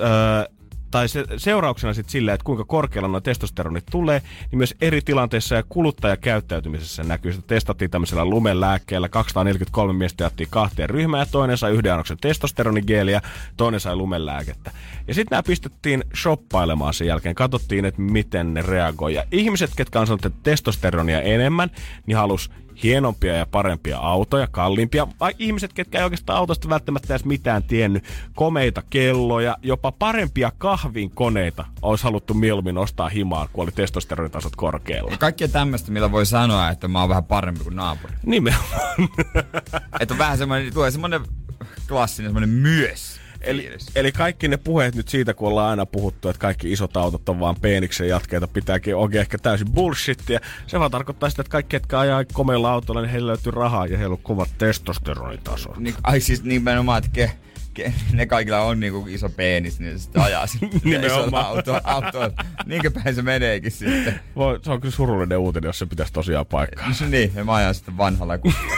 tai se, seurauksena sitten sillä, että kuinka korkealla nuo testosteronit tulee, niin myös eri tilanteissa ja kuluttajakäyttäytymisessä näkyy. Sitä testattiin tämmöisellä lumelääkkeellä. kaksisataaneljäkymmentäkolme miestä jaettiin kahteen ryhmään ja toinen sai yhden annoksen testosteronigeeliä, toinen sai lumelääkettä. Ja sitten nämä pistettiin shoppailemaan sen jälkeen. Katsottiin, että miten ne reagoi. Ja ihmiset, ketkä on sanonut, että testosteronia enemmän, niin halus hienompia ja parempia autoja, kalliimpia. Vai ihmiset, ketkä ei oikeastaan autosta välttämättä edes mitään tiennyt. Komeita kelloja, jopa parempia kahvinkoneita olisi haluttu mieluummin ostaa himaan, kun oli testosteronitasot korkealla. Ja kaikkea tämmöistä, millä voi sanoa, että mä oon vähän parempi kuin naapuri. Nimenomaan. Että on vähän semmoinen, tulee semmoinen klassinen semmoinen myös. Eli, eli kaikki ne puheet nyt siitä, kun ollaan aina puhuttu, että kaikki isot autot on vaan peeniksen jatkeita, pitääkin oikein ehkä täysin bullshittia. Se vaan tarkoittaa sitä, että kaikki, jotka ajaa komeilla autolla, niin heillä löytyy rahaa ja heillä on kovat testosteronitaso. Niin, ai siis nimenomaan, että ke, ke, ne kaikilla on niinku iso peenis, niin se sitten ajaa sitten isolla autolla. Auto, niinkö päin se meneekin sitten. Voi, se on kyllä surullinen uutinen, jos se pitäisi tosiaan paikkaa. Niin, ja mä ajan sitten vanhalla kuskalla.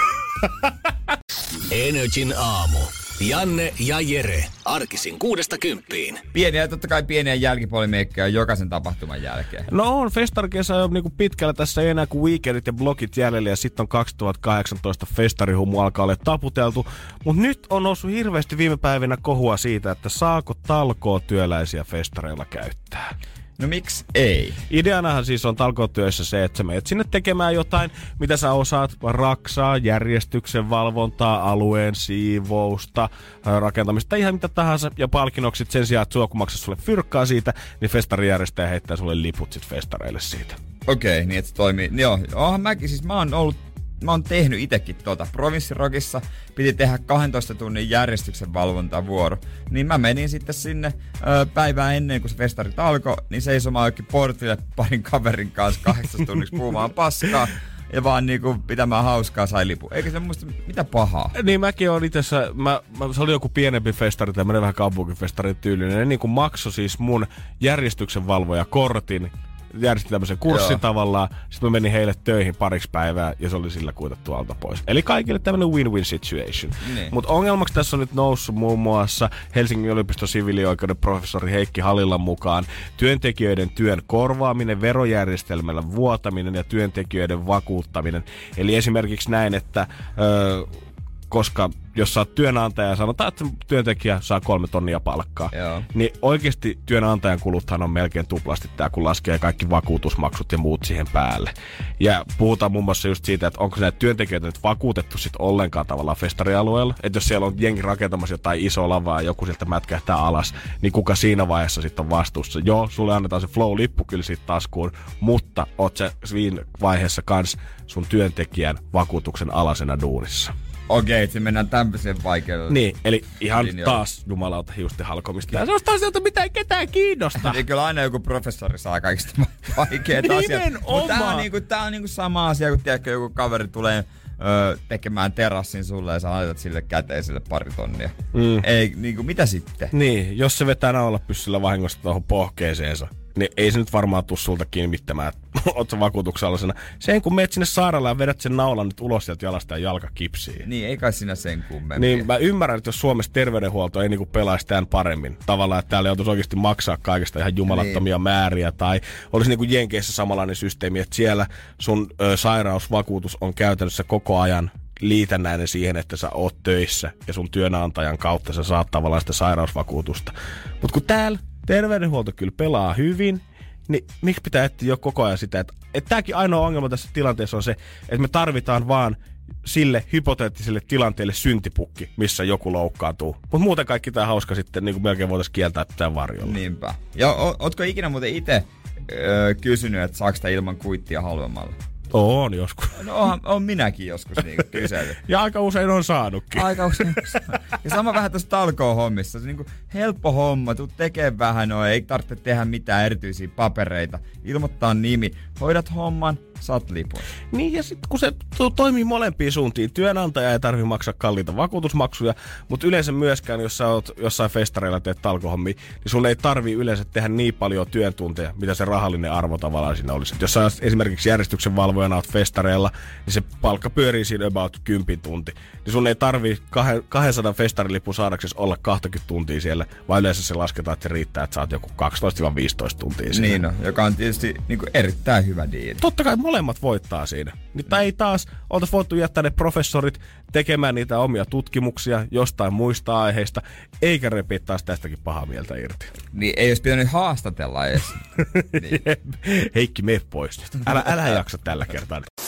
Energin aamu. Janne ja Jere. Arkisin kuudesta kymppiin. Pieniä, totta kai pieniä jälkipuolimeikkoja jokaisen tapahtuman jälkeen. No on, festarikesä on niinku pitkällä tässä, ei enää kuin weekendit ja blogit jäljellä ja sitten on kaksituhattakahdeksantoista festarihumu alkaa olla taputeltu. Mutta nyt on noussut hirveästi viime päivinä kohua siitä, että saako talkootyöläisiä festareilla käyttää. No miksi ei? Ideanahan siis on talkootyössä se, että sä menet sinne tekemään jotain, mitä sä osaat, raksaa, järjestyksen valvontaa, alueen siivousta, rakentamista, ihan mitä tahansa. Ja palkinnokset sen sijaan, että sua kun maksat sulle fyrkkaa siitä, niin festarijärjestäjä heittää sulle liput sit festareille siitä. Okei, niin että se toimii. Joo, onhan mäkin, siis mä oon ollut Mä oon tehnyt itekin tuota. Provinssirokissa piti tehdä kahdentoista tunnin järjestyksen valvontavuoro. Niin mä menin sitten sinne ö, päivää ennen kuin se festarit alkoi, niin seisomaan jokin portille parin kaverin kanssa kahdeksan tunniksi puhumaan paskaa. Ja vaan niinku pitämään hauskaa sai lipu. Eikä se muista mitä pahaa. Niin mäkin oon itse asiassa, mä, mä, se oli joku pienempi festari, tai menee vähän kaupunkifestarin tyylinen. Ne niinku maksoi siis mun järjestyksen valvoja kortin. Järjestin tämmöisen kurssin Joo. tavallaan. Sitten mä menin heille töihin pariksi päivää ja se oli sillä kuitattu alta pois. Eli kaikille tämmöinen win-win situation. Niin. Mutta ongelmaksi tässä on nyt noussut muun muassa Helsingin yliopiston siviilioikeuden professori Heikki Halilan mukaan työntekijöiden työn korvaaminen, verojärjestelmällä vuotaminen ja työntekijöiden vakuuttaminen. Eli esimerkiksi näin, että Öö, koska jos sä oot työnantaja ja sanotaan, että työntekijä saa kolme tonnia palkkaa, Joo. niin oikeasti työnantajan kuluthan on melkein tuplasti tää, kun laskee kaikki vakuutusmaksut ja muut siihen päälle. Ja puhutaan muun muassa just siitä, että onko näitä työntekijöitä nyt vakuutettu sit ollenkaan tavallaan festarialueella. Että jos siellä on jengi rakentamassa jotain isoa lavaa ja joku sieltä mätkähtää alas, niin kuka siinä vaiheessa sitten on vastuussa? Joo, sulle annetaan se flow-lippu kyllä siitä taskuun, mutta oot sä siinä vaiheessa kans sun työntekijän vakuutuksen alasena duunissa. Okei, että mennään tämmöiseen vaikeudelle. Niin, eli ihan linjoille. Taas jumalauta hiusten halkomista. Ja se on taas sieltä, mitä ei ketään kiinnosta. Niin kyllä aina joku professori saa kaikista vaikeita asiat. Mutta tää on, niinku, tää on niinku sama asia, kun tiedätkö, joku kaveri tulee öö, tekemään terassin sulle ja sä laitat sille käteiselle pari tonnia. Mm. Ei, niinku, mitä sitten? Niin, jos se vetää naulapyssyllä vahingosta tuohon pohkeeseensa, niin ei se nyt varmaan tuu sulta kiinnittämään, että oot sä vakuutuksellisena. Sen kun meet sinne sairaalaan ja vedät sen naulan nyt ulos sieltä jalasta ja jalka kipsii. Niin, ei kai sinä sen kummemmin. Niin, mä ymmärrän, että jos Suomessa terveydenhuolto ei niinku pelaisi tämän paremmin. Tavallaan, että täällä joutuisi oikeasti maksaa kaikesta ihan jumalattomia niin. määriä. Tai olisi niinku Jenkeissä samanlainen systeemi, että siellä sun ö, sairausvakuutus on käytännössä koko ajan liitännäinen siihen, että sä oot töissä ja sun työnantajan kautta sä saat tavallaan sitä sairausvakuutusta. Mut kun täällä terveydenhuolto kyllä pelaa hyvin, niin miksi pitää etsiä jo koko ajan sitä, että, että tämäkin ainoa ongelma tässä tilanteessa on se, että me tarvitaan vaan sille hypoteettiselle tilanteelle syntipukki, missä joku loukkaantuu. Mutta muuten kaikki tää hauska sitten niin kuin melkein voitaisiin kieltää pitää varjolla. Niinpä. Ja o- ootko ikinä muuten itse öö, kysynyt, että saako sitä ilman kuittia halvemmalla? On joskus. No on, on minäkin joskus niin kysellyt. Ja aika usein on saanutkin. Aika usein on saanut. Ja sama vähän tuossa talkoo-hommissa. Se niin kuin helppo homma, tuu tekee vähän noin, ei tarvitse tehdä mitään erityisiä papereita. Ilmoittaa nimi, hoidat homman, saat lipun. Niin ja sitten kun se to- toimii molempiin suuntiin, työnantaja ei tarvitse maksaa kalliita vakuutusmaksuja, mutta yleensä myöskään, jos sä oot jossain festareilla teet talkohommia, niin sun ei tarvii yleensä tehdä niin paljon työntunteja, mitä se rahallinen arvo tavallaan siinä olisi. Et jos sä esimerkiksi järjestyksen valvojana oot festareilla, niin se palkka pyörii siinä about kympin tunti. Niin sun ei tarvii kahdensadan festarilipun saadaksesi olla kaksikymmentä tuntia siellä, vaan yleensä se lasketaan, että se riittää, että sä oot joku kaksitoista viisitoista tuntia siellä. Niin no, joka on tietysti niin kuin erittäin hyvä diili. Totta kai molemmat voittaa siinä. Nyt mm. ei taas oltaisi voitu jättää ne professorit tekemään niitä omia tutkimuksia jostain muista aiheista, eikä repiä taas tästäkin pahaa mieltä irti. Niin ei olisi pitänyt haastatella edes. Niin. Heikki, mene pois nyt. Älä, älä jaksa tällä kertaa.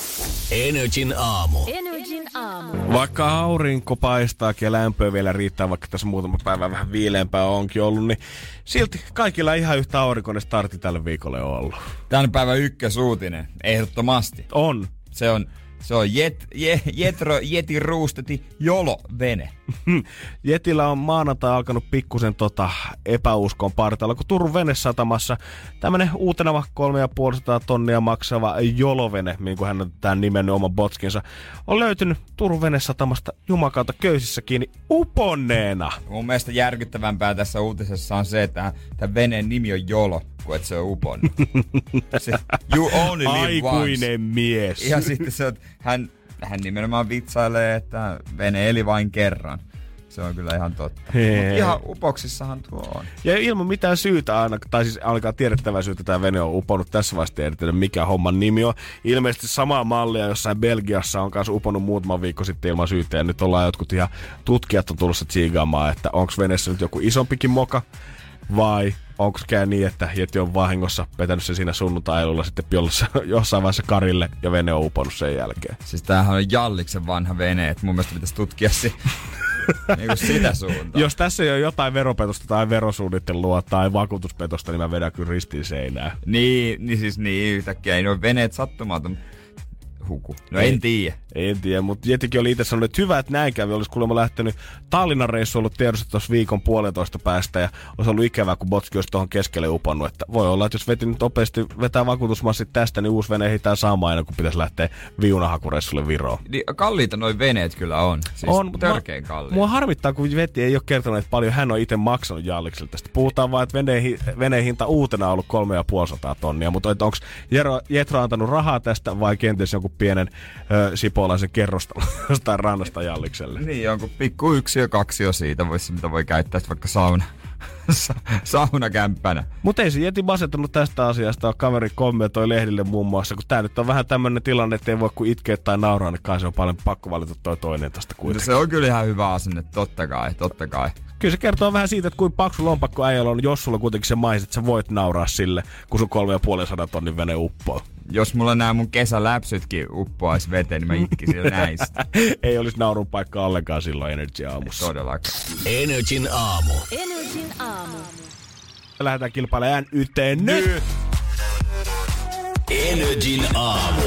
Energin aamu. Energin aamu. Vaikka aurinko paistaakin ja lämpöä vielä riittää, vaikka tässä muutama päivä vähän viileämpää onkin ollut, niin silti kaikilla ihan yhtä aurinkoinen startti tälle viikolle on ollut. Tämän päivän ykkösuutinen, ehdottomasti. On. Se on, se on jet, je, Jetro, Jetin ruusteti Jolo-vene. Jetillä on maanantai alkanut pikkusen tota epäuskon partaalla, kun Turun venesatamassa tämmönen uutena kolme ja puolisataa tonnia maksava Jolovene, niin kuin hän on tämän nimennyt oman botskinsa, on löytynyt Turun venesatamasta jumakauta köysissä kiinni uponneena. Mun mielestä järkyttävämpää tässä uutisessa on se, että tämän veneen nimi on Jolo, kuin että se on uponnut. Se, you only live Aikuinen once. mies. Ja sitten se, että hän, hän nimenomaan vitsailee, että vene eli vain kerran. Se on kyllä ihan totta. Mutta ihan upoksissahan tuo on. Ja ilman mitään syytä aina, tai siis alkaa tiedettävää syytä, tämä vene on uponnut tässä vaiheessa tiedetä, mikä homman nimi on. Ilmeisesti samaa mallia jossain Belgiassa on kanssa uponnut muutama viikko sitten ilman syytä. Ja nyt ollaan jotkut ihan tutkijat on tulossa tsiigaamaan, että onko veneessä nyt joku isompikin moka vai onko käy niin, että Jeti on vahingossa petänyt sen siinä sunnuntailulla sitten piollassa jossain vaiheessa karille ja vene on uponnut sen jälkeen. Siis tämähän on Jalliksen vanha vene, että mun mielestä pitäisi tutkia se niin sitä suuntaan. Jos tässä ei ole jotain veropetosta tai verosuunnittelua tai vakuutuspetosta, niin mä vedän kyllä ristiin seinään. Niin, niin siis niin yhtäkkiä. Ei ole veneet sattumalta huku. No ei, en tiedä. En tiedä, mutta Jetikin oli itse sanonut, että hyvä, että näin kävi. Olisi kuulemma lähtenyt Tallinnan reissu ollut tiedossa tuossa viikon puolentoista päästä ja olisi ollut ikävää, kun Botski olisi tuohon keskelle uponnut. Että voi olla, että jos veti nyt nopeasti vetää vakuutusmassit tästä, niin uusi vene ehditään saamaan aina, kun pitäisi lähteä viunahakureissulle Viroon. Niin, kalliita noi veneet kyllä on. Siis on törkein kalliita. Mua harmittaa, kun Veti ei ole kertonut, että paljon hän on itse maksanut Jallikselle tästä. Puhutaan vaan, että veneen, veneen hinta uutena on ollut kolme ja puoli sataa tonnia, mutta onko Jetro antanut rahaa tästä vai kenties jonkun pienen ö, sipolaisen kerrosta jostain rannasta Jallikselle? Niin, jonkun pikku yksi ja kaksi jo siitä, voisi, mitä voi käyttää vaikka sauna. saunakämppänä. Mutta ei se Jeti masentunut tästä asiasta. Kaveri kommentoi lehdille muun muassa, kun tää nyt on vähän tämmönen tilanne, että ei voi kuin itkeä tai nauraa, niin kai se on paljon pakko valita toi toinen tästä kuitenkin. No se on kyllä ihan hyvä asenne, totta kai, totta kai. Kyllä se kertoo vähän siitä, että kuinka paksu lompakko äijällä on, jos sulla on kuitenkin se mais, että sä voit nauraa sille, kun sun kolme ja puoli sadan tonnin vene uppoo. Jos mulla nämä mun kesäläpsytkin uppoais veteen, niin mä itkisin jo näistä. Ei olisi naurun paikka ollenkaan silloin Energy aamussa. Todellakaan. Energin aamu. Energin aamu. Lähdetään kilpailemaan yhteen nyt. nyt. Energin aamu.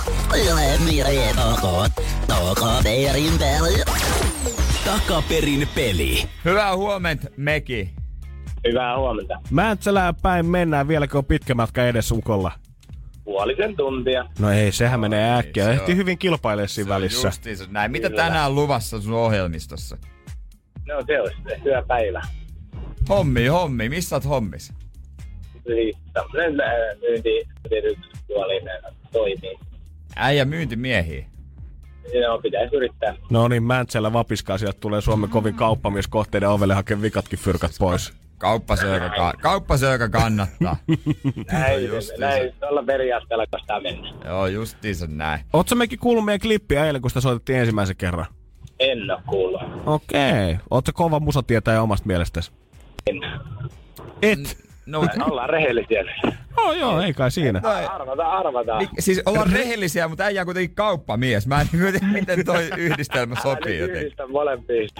Takaperin peli. Hyvää huomenta, Meki. Hyvää huomenta. Mäntsälään päin mennään, vieläkö on pitkä matka edes ukolla? Puolisen tuntia. No ei, sehän menee äkkiä. Se Ehti on, hyvin kilpailemaan siinä välissä. Justiinsa näin. Mitä Kyllä. tänään luvassa sun ohjelmistossa? No se olisi hyvä päivä. Hommi, hommi. Missä oot hommis? Siis tämmönen myyntipuolinen toimii. Äijä myyntimiehiä. Joo, pitäisi yrittää. No niin, Mäntsälä vapiskaa, sieltä tulee Suomen kovin kauppamieskohteiden ovelle hakee vikatkin fyrkat pois. Kauppa se, joka, ka- kauppa se, joka kannattaa. Näin, näin, tuolla periaatteella kostaa mennä. Joo, justiinsa näin. Ootko mekin kuullut meidän klippiä eilen, kun sitä soitettiin ensimmäisen kerran? En oo kuullut. Okei. Ootko kova musatietäjä omasta mielestäsi? En. Et? No, ollaan rehellisiä. Oh, joo, ei kai siinä. No, arvataan, arvataan. Niin, siis ollaan rehellisiä, mutta äijä on kuitenkin kauppamies. Mä en tiedä, miten toi yhdistelmä sopii jotenkin. Yhdistän molempia.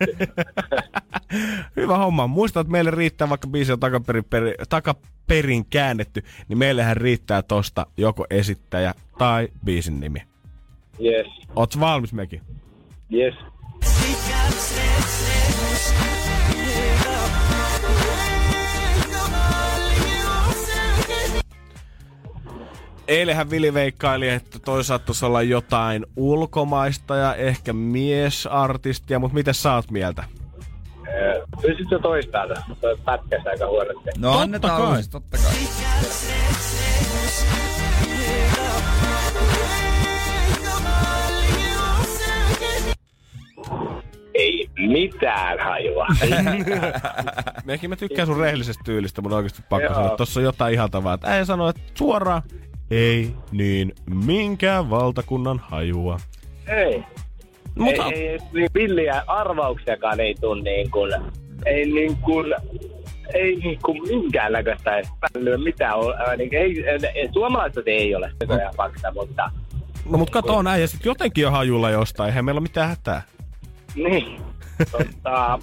Hyvä homma. Muista, että meille riittää, vaikka biisi on takaperin, peri, takaperin käännetty, niin meillähän riittää tosta joko esittäjä tai biisin nimi. Yes. Ootko valmis, Meki? Yes. Eilenhän Vili veikkaili, että toi saattaisi olla jotain ulkomaista ja ehkä miesartistia, mutta miten sä oot mieltä? Pystytkö toistaa tätä? Toi pätkässä aika huonosti. No totta annetaan kai. Uusi, totta kai. Ei mitään hajua. Mekin mä tykkään sun rehellisestä tyylistä, mun oikeesti pakko sanoa, että tossa on jotain ihaltavaa. Että äijä sanoo, että suoraan ei niin minkään valtakunnan hajua. Ei. Mutta... Ei, ei, niin villiä arvauksiakaan ei tule niin kuin, ei niin kuin, ei niin kuin minkäänlaista edes mitään. Niin, ei, ei, suomalaiset ei ole se ihan fakta, mutta No mut kato näin, ja sit jotenkin on hajulla jostain, eihän meillä ole mitään hätää. Niin, tota...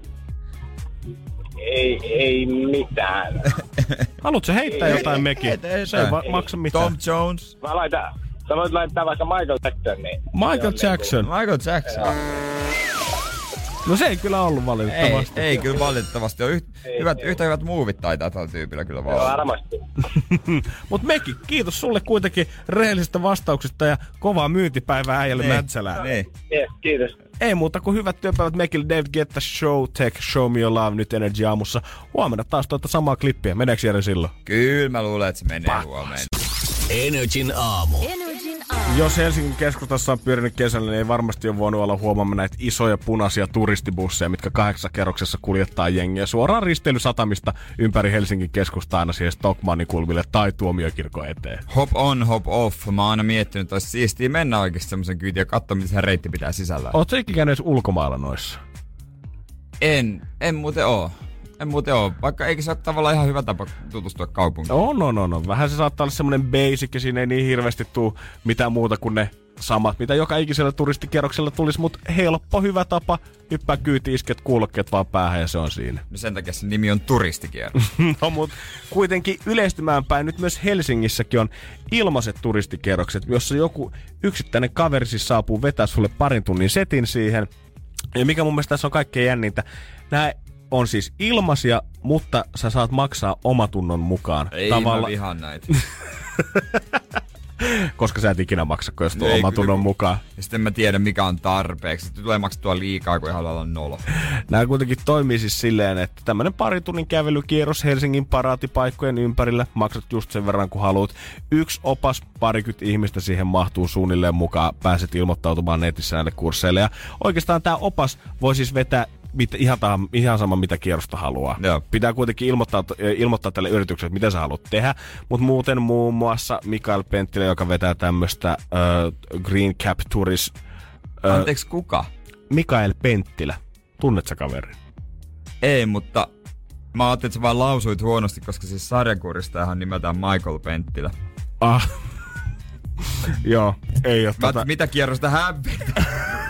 Ei, ei mitään. Haluatko heittää ei, jotain mekin? Se ei va- maksa mitään. Tom Jones. Mä laitan, sä voit laittaa vaikka Michael Jackson. Niin Michael Jackson. Niin Michael Jackson. No se ei kyllä ollut valitettavasti. Ei, ei kyllä valitettavasti. On yht, ei, hyvät, ei. Yhtä hyvät muuvit taitaa tällä tyypillä kyllä vaan. Joo, varmasti. Mut Meki, kiitos sulle kuitenkin rehellisistä vastauksista ja kovaa myyntipäivää äijälle Mäntsälään. Niin. Yes, kiitos. Ei muuta kuin hyvät työpäivät Mekille. David Guetta, Show, Tech, Show Me Your Love, nyt Energy aamussa. Huomenna taas tuota samaa klippiä. Meneekö Jere silloin? Kyllä mä luulen, että se menee Pakko. huomenna. Energin aamu. Energin aamu. Jos Helsingin keskustassa on pyörinyt kesällä, niin ei varmasti ole voinut olla huomaamaan näitä isoja punaisia turistibusseja, mitkä kahdeksankerroksessa kuljettaa jengiä suoraan risteilysatamista ympäri Helsingin keskustaa aina siihen Stockmannin kulmille tai Tuomiokirkon eteen. Hop on, hop off. Mä oon aina miettinyt, että olisi siistiä mennä oikeasti semmoisen kyytiin ja katsoa, mitä se reitti pitää sisällään. Ootko ikinä käynyt edes ulkomailla noissa? En, en muuten oo. En muuten oo, vaikka eikä se ole tavallaan ihan hyvä tapa tutustua kaupunkiin. On, on, on, on. Vähän se saattaa olla semmonen basic ja siinä ei niin hirveästi tuu mitään muuta kuin ne samat, mitä joka ikisellä turistikierroksella tulisi, mutta helppo, hyvä tapa. Hyppää kyyti, isket kuulokkeet vaan päähän ja se on siinä. No sen takia se nimi on turistikierros. No mut kuitenkin yleistymään päin nyt myös Helsingissäkin on ilmaiset turistikierrokset, jossa joku yksittäinen kaveri siis saapuu vetää sulle parin tunnin setin siihen. Ja mikä mun mielestä tässä on kaikkein jännintä, nää on siis ilmaisia, mutta sä saat maksaa omatunnon mukaan. Ei Tavalla... mä vihaan näitä. Koska sä et ikinä maksa, kun jos tuo omatunnon kyllä, mukaan. Ja sitten mä tiedän, mikä on tarpeeksi. Sitten tulee maksettua liikaa, kun ei halua olla nolo. Nämä kuitenkin toimii siis silleen, että tämmönen parin tunnin kävelykierros Helsingin paraatipaikkojen ympärillä. Maksat just sen verran, kun haluat. Yksi opas, parikymmentä ihmistä siihen mahtuu suunnilleen mukaan. Pääset ilmoittautumaan netissä näille kursseille. Ja oikeastaan tää opas voi siis vetää Mit, ihan, tahan, ihan sama, mitä kierrosta haluaa. Joo. Pitää kuitenkin ilmoittaa, ilmoittaa tälle yritykselle, mitä sä haluat tehdä. Mutta muuten muun muassa Mikael Penttilä, joka vetää tämmöstä äh, Green Cap Tours. Äh, Anteeksi, kuka? Mikael Penttilä. Tunnet sä kaverin? Ei, mutta mä ajattelin, että sä vaan lausuit huonosti, koska siis sarjakuristajahan nimeltään Michael Penttilä. Ah. Joo, ei oo tota... Mitä kierrosta hän vetää?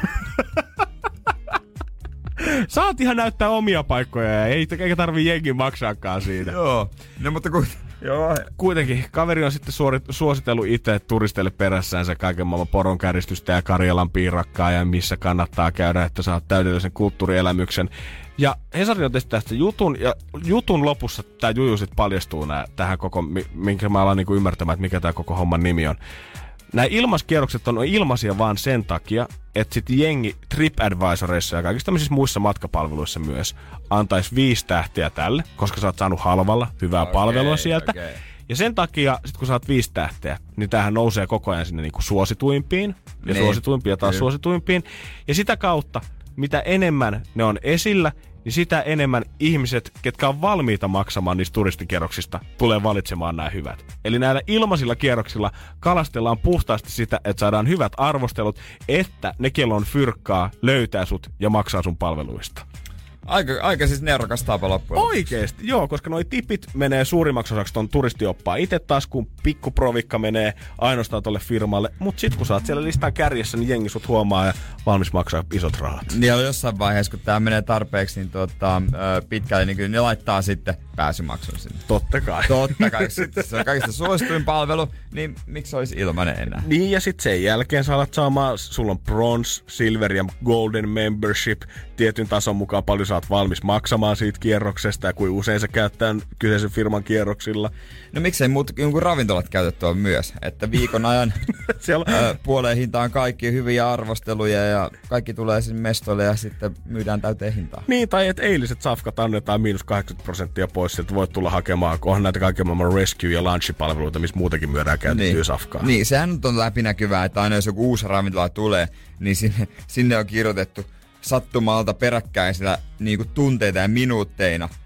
Saat ihan näyttää omia paikkoja ja ei, eikä tarvii jenkin maksaakaan siitä. Joo, no mutta ku, joo. Kuitenkin kaveri on sitten suorit, suositellut itse turisteille perässäänsä kaiken maailman poronkääristystä ja Karjalan piirakkaa ja missä kannattaa käydä, että saat täydellisen kulttuurielämyksen. Ja Hesari on tehty tästä jutun, ja jutun lopussa tämä juju sitten paljastuu nää, tähän koko, minkä mä alan niinku ymmärtämään, että mikä tämä koko homman nimi on. Nämä ilmaskierrokset on ilmaisia vaan sen takia, että sitten jengi TripAdvisoreissa ja kaikissa tämmöisissä muissa matkapalveluissa myös antaisi viisi tähtiä tälle, koska sä oot saanut halvalla hyvää okay, palvelua sieltä. Okay. Ja sen takia, sit kun saat viisi tähteä, niin tämähän nousee koko ajan sinne niinku suosituimpiin ja niin. suosituimpia taas Kyllä. suosituimpiin. Ja sitä kautta, mitä enemmän ne on esillä, niin sitä enemmän ihmiset, ketkä on valmiita maksamaan niistä turistikierroksista, tulee valitsemaan nämä hyvät. Eli näillä ilmaisilla kierroksilla kalastellaan puhtaasti sitä, että saadaan hyvät arvostelut, että ne, kello on fyrkkaa, löytää sut ja maksaa sun palveluista. Aika, aika siis nerokas tapa loppujen. Oikeesti, joo, koska noi tipit menee suurimmaksi osaksi ton turistioppaa itse taas, kun pikkuprovikka menee ainoastaan tolle firmalle. Mut sit kun sä oot siellä listan kärjessä, niin jengi sut huomaa ja valmis maksaa isot rahat. Niin ja jossain vaiheessa, kun tää menee tarpeeksi niin tuota, pitkälle, niin kyllä ne laittaa sitten pääsymaksun sinne. Totta kai. Totta kai. Sitten se on kaikista suosituin palvelu, niin miksi olisi ilmanen enää? Niin ja sit sen jälkeen sä alat saamaan, sulla on bronze, silver ja golden membership. Tietyn tason mukaan paljon sä oot valmis maksamaan siitä kierroksesta ja kuin usein sä käyttää kyseisen firman kierroksilla. No miksei muut jonkun ravintolat käytettyä myös, että viikon ajan Siellä... ää, puoleen hintaan kaikki hyviä arvosteluja ja kaikki tulee sinne mestoille ja sitten myydään täyteen hintaan. Niin, tai että eiliset safkat annetaan miinus kahdeksankymmentä prosenttia pois, että voit tulla hakemaan, kun on näitä kaiken maailman rescue- ja lunchipalveluita, missä muutenkin myydään käytettyä niin. safkaa. Niin, sehän on läpinäkyvää, että aina jos joku uusi ravintola tulee, niin sinne, sinne on kirjoitettu sattumalta peräkkäisillä niin kuin tunteita ja minuutteina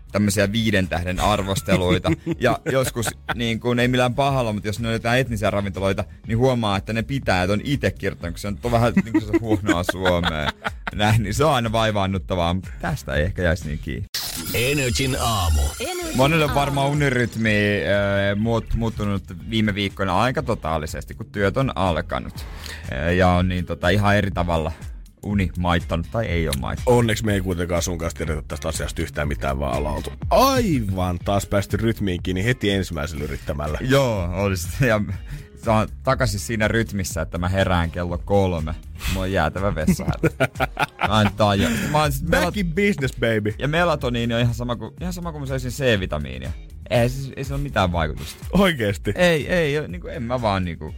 tämmöisiä viiden tähden arvosteluita. Ja joskus, niin kuin, ei millään pahalla, mutta jos ne on jotain etnisiä ravintoloita, niin huomaa, että ne pitää, että on itse kirjoittanut, kun se on vähän niin kuin se huonoa Suomea. Näin, niin se on aina vaivaannuttavaa, mutta tästä ei ehkä jäisi niin kiinni. Energin aamu. Monelle on varmaan unirytmi äh, muut, muuttunut viime viikkoina aika totaalisesti, kun työt on alkanut. Äh, ja on niin tota, ihan eri tavalla uni maittanut tai ei ole maittanut. Onneksi me ei kuitenkaan sun kanssa tiedetä tästä asiasta yhtään mitään, vaan ollaan oltu aivan taas päästy rytmiin kiinni heti ensimmäisellä yrittämällä. Joo, olisi. Ja saan takaisin siinä rytmissä, että mä herään kello kolme. Mulla on jäätävä vessahätä. Mä en tajua. Back in business, baby. Ja melatoniini on ihan sama kuin, ihan sama kuin mä söisin C-vitamiinia. Ei, siis, ei se ole mitään vaikutusta. Oikeesti? Ei, ei, niin kuin, en mä vaan niinku...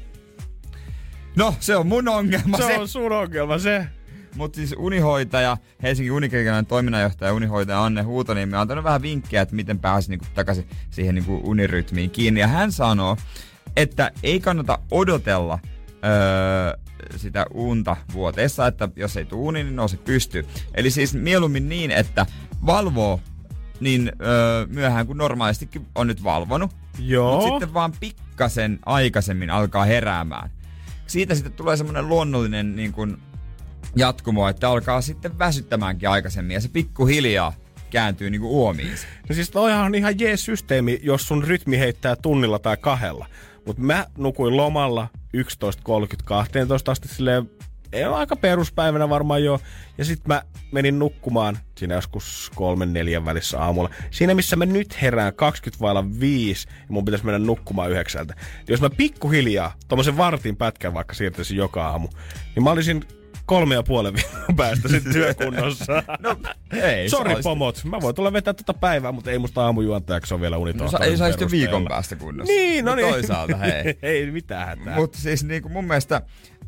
No, se on mun ongelma se. Se on sun ongelma se. Mutta siis unihoitaja, Helsingin Uniklinikan toiminnanjohtaja unihoitaja Anne Huutoniemi on antanut vähän vinkkejä, että miten pääsi niinku takaisin siihen niinku unirytmiin kiinni. Ja hän sanoo, että ei kannata odotella öö, sitä unta vuoteessa, että jos ei tule uni, niin nouse pystyy. Eli siis mieluummin niin, että valvoo niin öö, myöhään kuin normaalistikin on nyt valvonut. Joo. Mutta sitten vaan pikkasen aikaisemmin alkaa heräämään. Siitä sitten tulee semmoinen luonnollinen niin kuin jatkumo, että alkaa sitten väsyttämäänkin aikaisemmin ja se pikkuhiljaa kääntyy niinku uomiinsa. No siis toihan on ihan jees systeemi, jos sun rytmi heittää tunnilla tai kahdella. Mut mä nukuin lomalla yksitoista kolmekymmentä kaksitoista asti silleen, ei ole aika peruspäivänä varmaan jo. Ja sit mä menin nukkumaan siinä joskus kolmen neljän välissä aamulla. Siinä missä mä nyt herään kaksikymmentä vailla viisi ja mun pitäisi mennä nukkumaan yhdeksältä. Jos mä pikkuhiljaa tommosen vartin pätkän vaikka siirtäisin joka aamu, niin mä olisin kolme ja puolen viikon päästä sitten työkunnossa. No, ei. Sori pomot, mä voin tulla vetää tota päivää, mutta ei musta aamujuontajaksi on vielä unitohtoinen. No, ei saisi jo viikon päästä kunnossa. Niin, no, no niin. Toisaalta, hei. Ei mitään hätää. Mutta siis niinku mun mielestä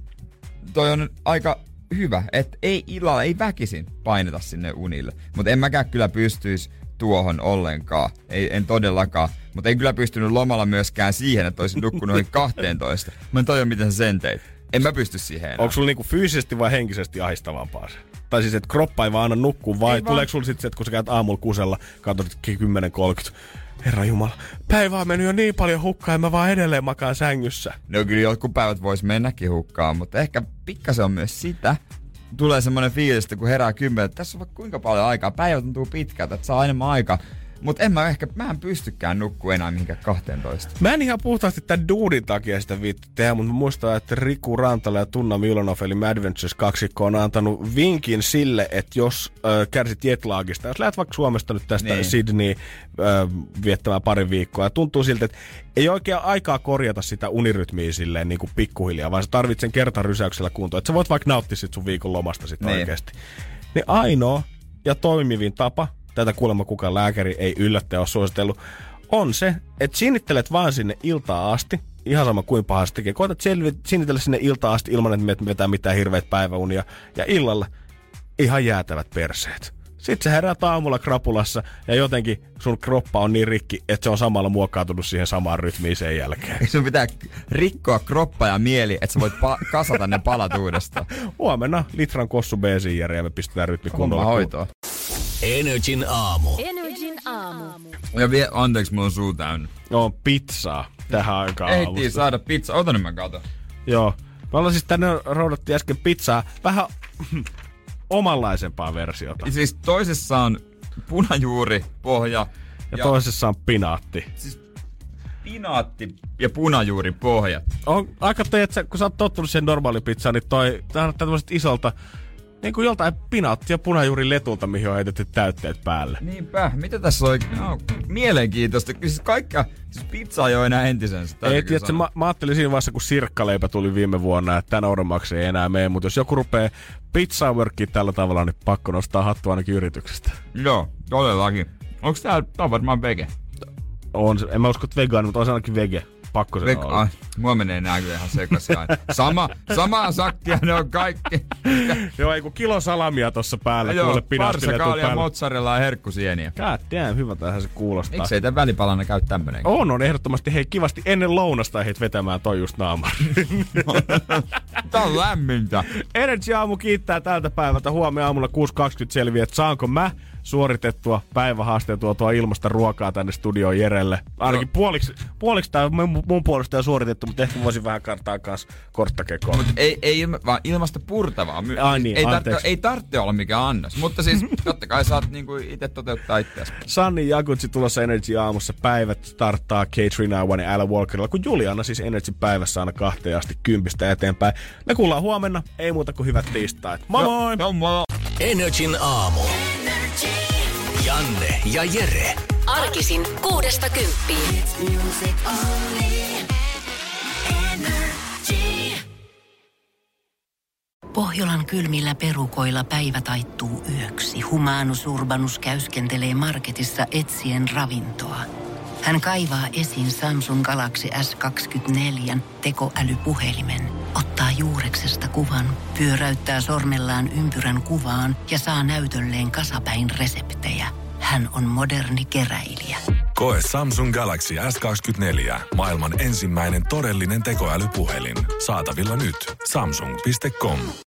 toi on aika hyvä, että ei illalla, ei väkisin paineta sinne unille. Mutta en mäkään kyllä pystyisi tuohon ollenkaan. Ei, en todellakaan. Mutta en kyllä pystynyt lomalla myöskään siihen, että olisin nukkunut noin kahteentoista. Mä en tajua, miten sä sen teit. En mä pysty siihen enää. Onko sulla niinku fyysisesti vai henkisesti ahistavampaa se? Tai siis, että kroppa ei vaan anna nukkua, vai ei tuleeko vaan sulla sitten se, että kun sä käyt aamulla kusella, katsot kymmenen kolmekymmentä, Herra Jumala, päivä on mennyt jo niin paljon hukkaan, ja mä vaan edelleen makaan sängyssä. No kyllä jotkut päivät vois mennäkin hukkaan, mutta ehkä pikkasen on myös sitä. Tulee semmoinen fiilis, että kun herää kymmenen, että tässä on vaikka kuinka paljon aikaa, päivä tuntuu pitkältä, että saa enemmän aikaa. Mutta en mä ehkä, mä en pystykään nukkua enää mihinkään kahteentoista. Mä en ihan puhtaasti tämän duudin takia sitä viitti tehdä, mutta mä muistan, että Riku Rantala ja Tunna Milanov eli Madventures kaksikko on antanut vinkin sille, että jos äh, kärsit jetlagista, jos lähdet vaikka Suomesta nyt tästä niin Sydney äh, viettämään pari viikkoa, ja tuntuu siltä, että ei oikein aikaa korjata sitä unirytmiä silleen niin kuin pikkuhiljaa, vaan sä tarvitset sen kertarysäyksellä kuntoon, että sä voit vaikka nauttia sit sun viikon lomasta sit niin oikeesti. Niin ainoa ja toimivin tapa, tätä kuulemma kukaan lääkäri ei yllättäen ole suositellut, on se, että sinnittelet vaan sinne iltaa asti, ihan sama kuin pahasti tekee. Koetat selvi- sinnitellä sinne iltaa asti ilman, että me vetää mitään hirveät päiväunia. Ja illalla ihan jäätävät perseet. Sitten sä heräät aamulla krapulassa ja jotenkin sun kroppa on niin rikki, että se on samalla muokkautunut siihen samaan rytmiin sen jälkeen. Sun pitää rikkoa kroppa ja mieli, että sä voit pa- kasata ne palat uudestaan. Huomenna litran kossu B-siijäriä ja me pistetään rytmi kunnolla. Homma hoitoa. Energin aamu. Energin aamu. Ja vie, anteeksi, mulla on suu täynnä. Joo, pizzaa tähän aikaan aamusta. Ehtii saada pizza. Ota nyt mä katon. Joo. Me ollaan siis tänne roudattiin äsken pizzaa. Vähän omanlaisempaa versiota. Siis toisessa on punajuuri, pohja. Ja, ja toisessa on pinaatti. Siis pinaatti ja punajuuri pohja. On aika toi, että kun sä oot tottunut siihen normaali pizzaan, niin toi, tää on tämmöiset isolta, niin kuin joltain pinaatti ja punajuuri letulta, mihin on heitetty täytteet päälle. Niinpä. Mitä tässä on? No, mielenkiintoista. Siis kaikkea, siis pizza ei ole enää entisensä. Ei, tiedätkö, mä, mä ajattelin siinä vaiheessa, kun sirkkaleipä tuli viime vuonna, että tän Ouronmaksi ei enää mene, mutta jos joku rupeaa pizzaa workkiin tällä tavalla, niin pakko nostaa hattua ainakin yrityksestä. Joo, todellakin. Onks tää, tää on varmaan vege? On, en mä usko, että vegaani, mutta on se ainakin vege. Pakko se Veg- ah, mua menee nää kyllä ihan sekaisin. Sama, samaa sakkia ne on kaikki. Joo, ei kun kilo salamia tossa päällä. Joo, parsakaalia, mozzarella ja herkkusieniä. God damn, hyvä tähän se kuulostaa. Miksei tän välipalana käy tämmönen? On, on ehdottomasti. Hei, kivasti ennen lounasta heitä vetämään toi just naamaan. Tää on lämmintä. Energy Aamu kiittää tältä päivältä. Huomenna aamulla kuusi kaksikymmentä selviää, että saanko mä suoritettua päivähaasteen tuotua ilmasta ruokaa tänne studioon Jerelle. Ainakin no. puoliksi, puoliksi tämä mun, mun puolesta on suoritettu, mutta ehkä voisin vähän kantaa kanssa korttakekoon. Mutta ei, ei ilma, vaan ilmasta purtavaa. My- Ai niin, ei, tarvitse, ei tarvitse olla mikään annos, mutta siis totta kai saat niinku itse toteuttaa itseäsi. Sanni Jakutsi tulossa Energy aamussa. Päivät starttaa Katrina Iwan ja Alan Walkerilla, kun Juliana siis Energy päivässä aina kahteen asti kympistä eteenpäin. Me kuullaan huomenna, ei muuta kuin hyvät tiistait. Moi moi! No, moi! Energin aamu. Janne ja Jere. Arkisin kuudesta kymppiin. Pohjolan kylmillä perukoilla päivä taittuu yöksi. Humanus Urbanus käyskentelee marketissa etsien ravintoa. Hän kaivaa esiin Samsung Galaxy S kaksikymmentäneljä tekoälypuhelimen, ottaa juureksesta kuvan, pyöräyttää sormellaan ympyrän kuvaan ja saa näytölleen kasapäin reseptejä. Hän on moderni keräilijä. Koe Samsung Galaxy S kaksikymmentäneljä. Maailman ensimmäinen todellinen tekoälypuhelin. Saatavilla nyt. Samsung piste com.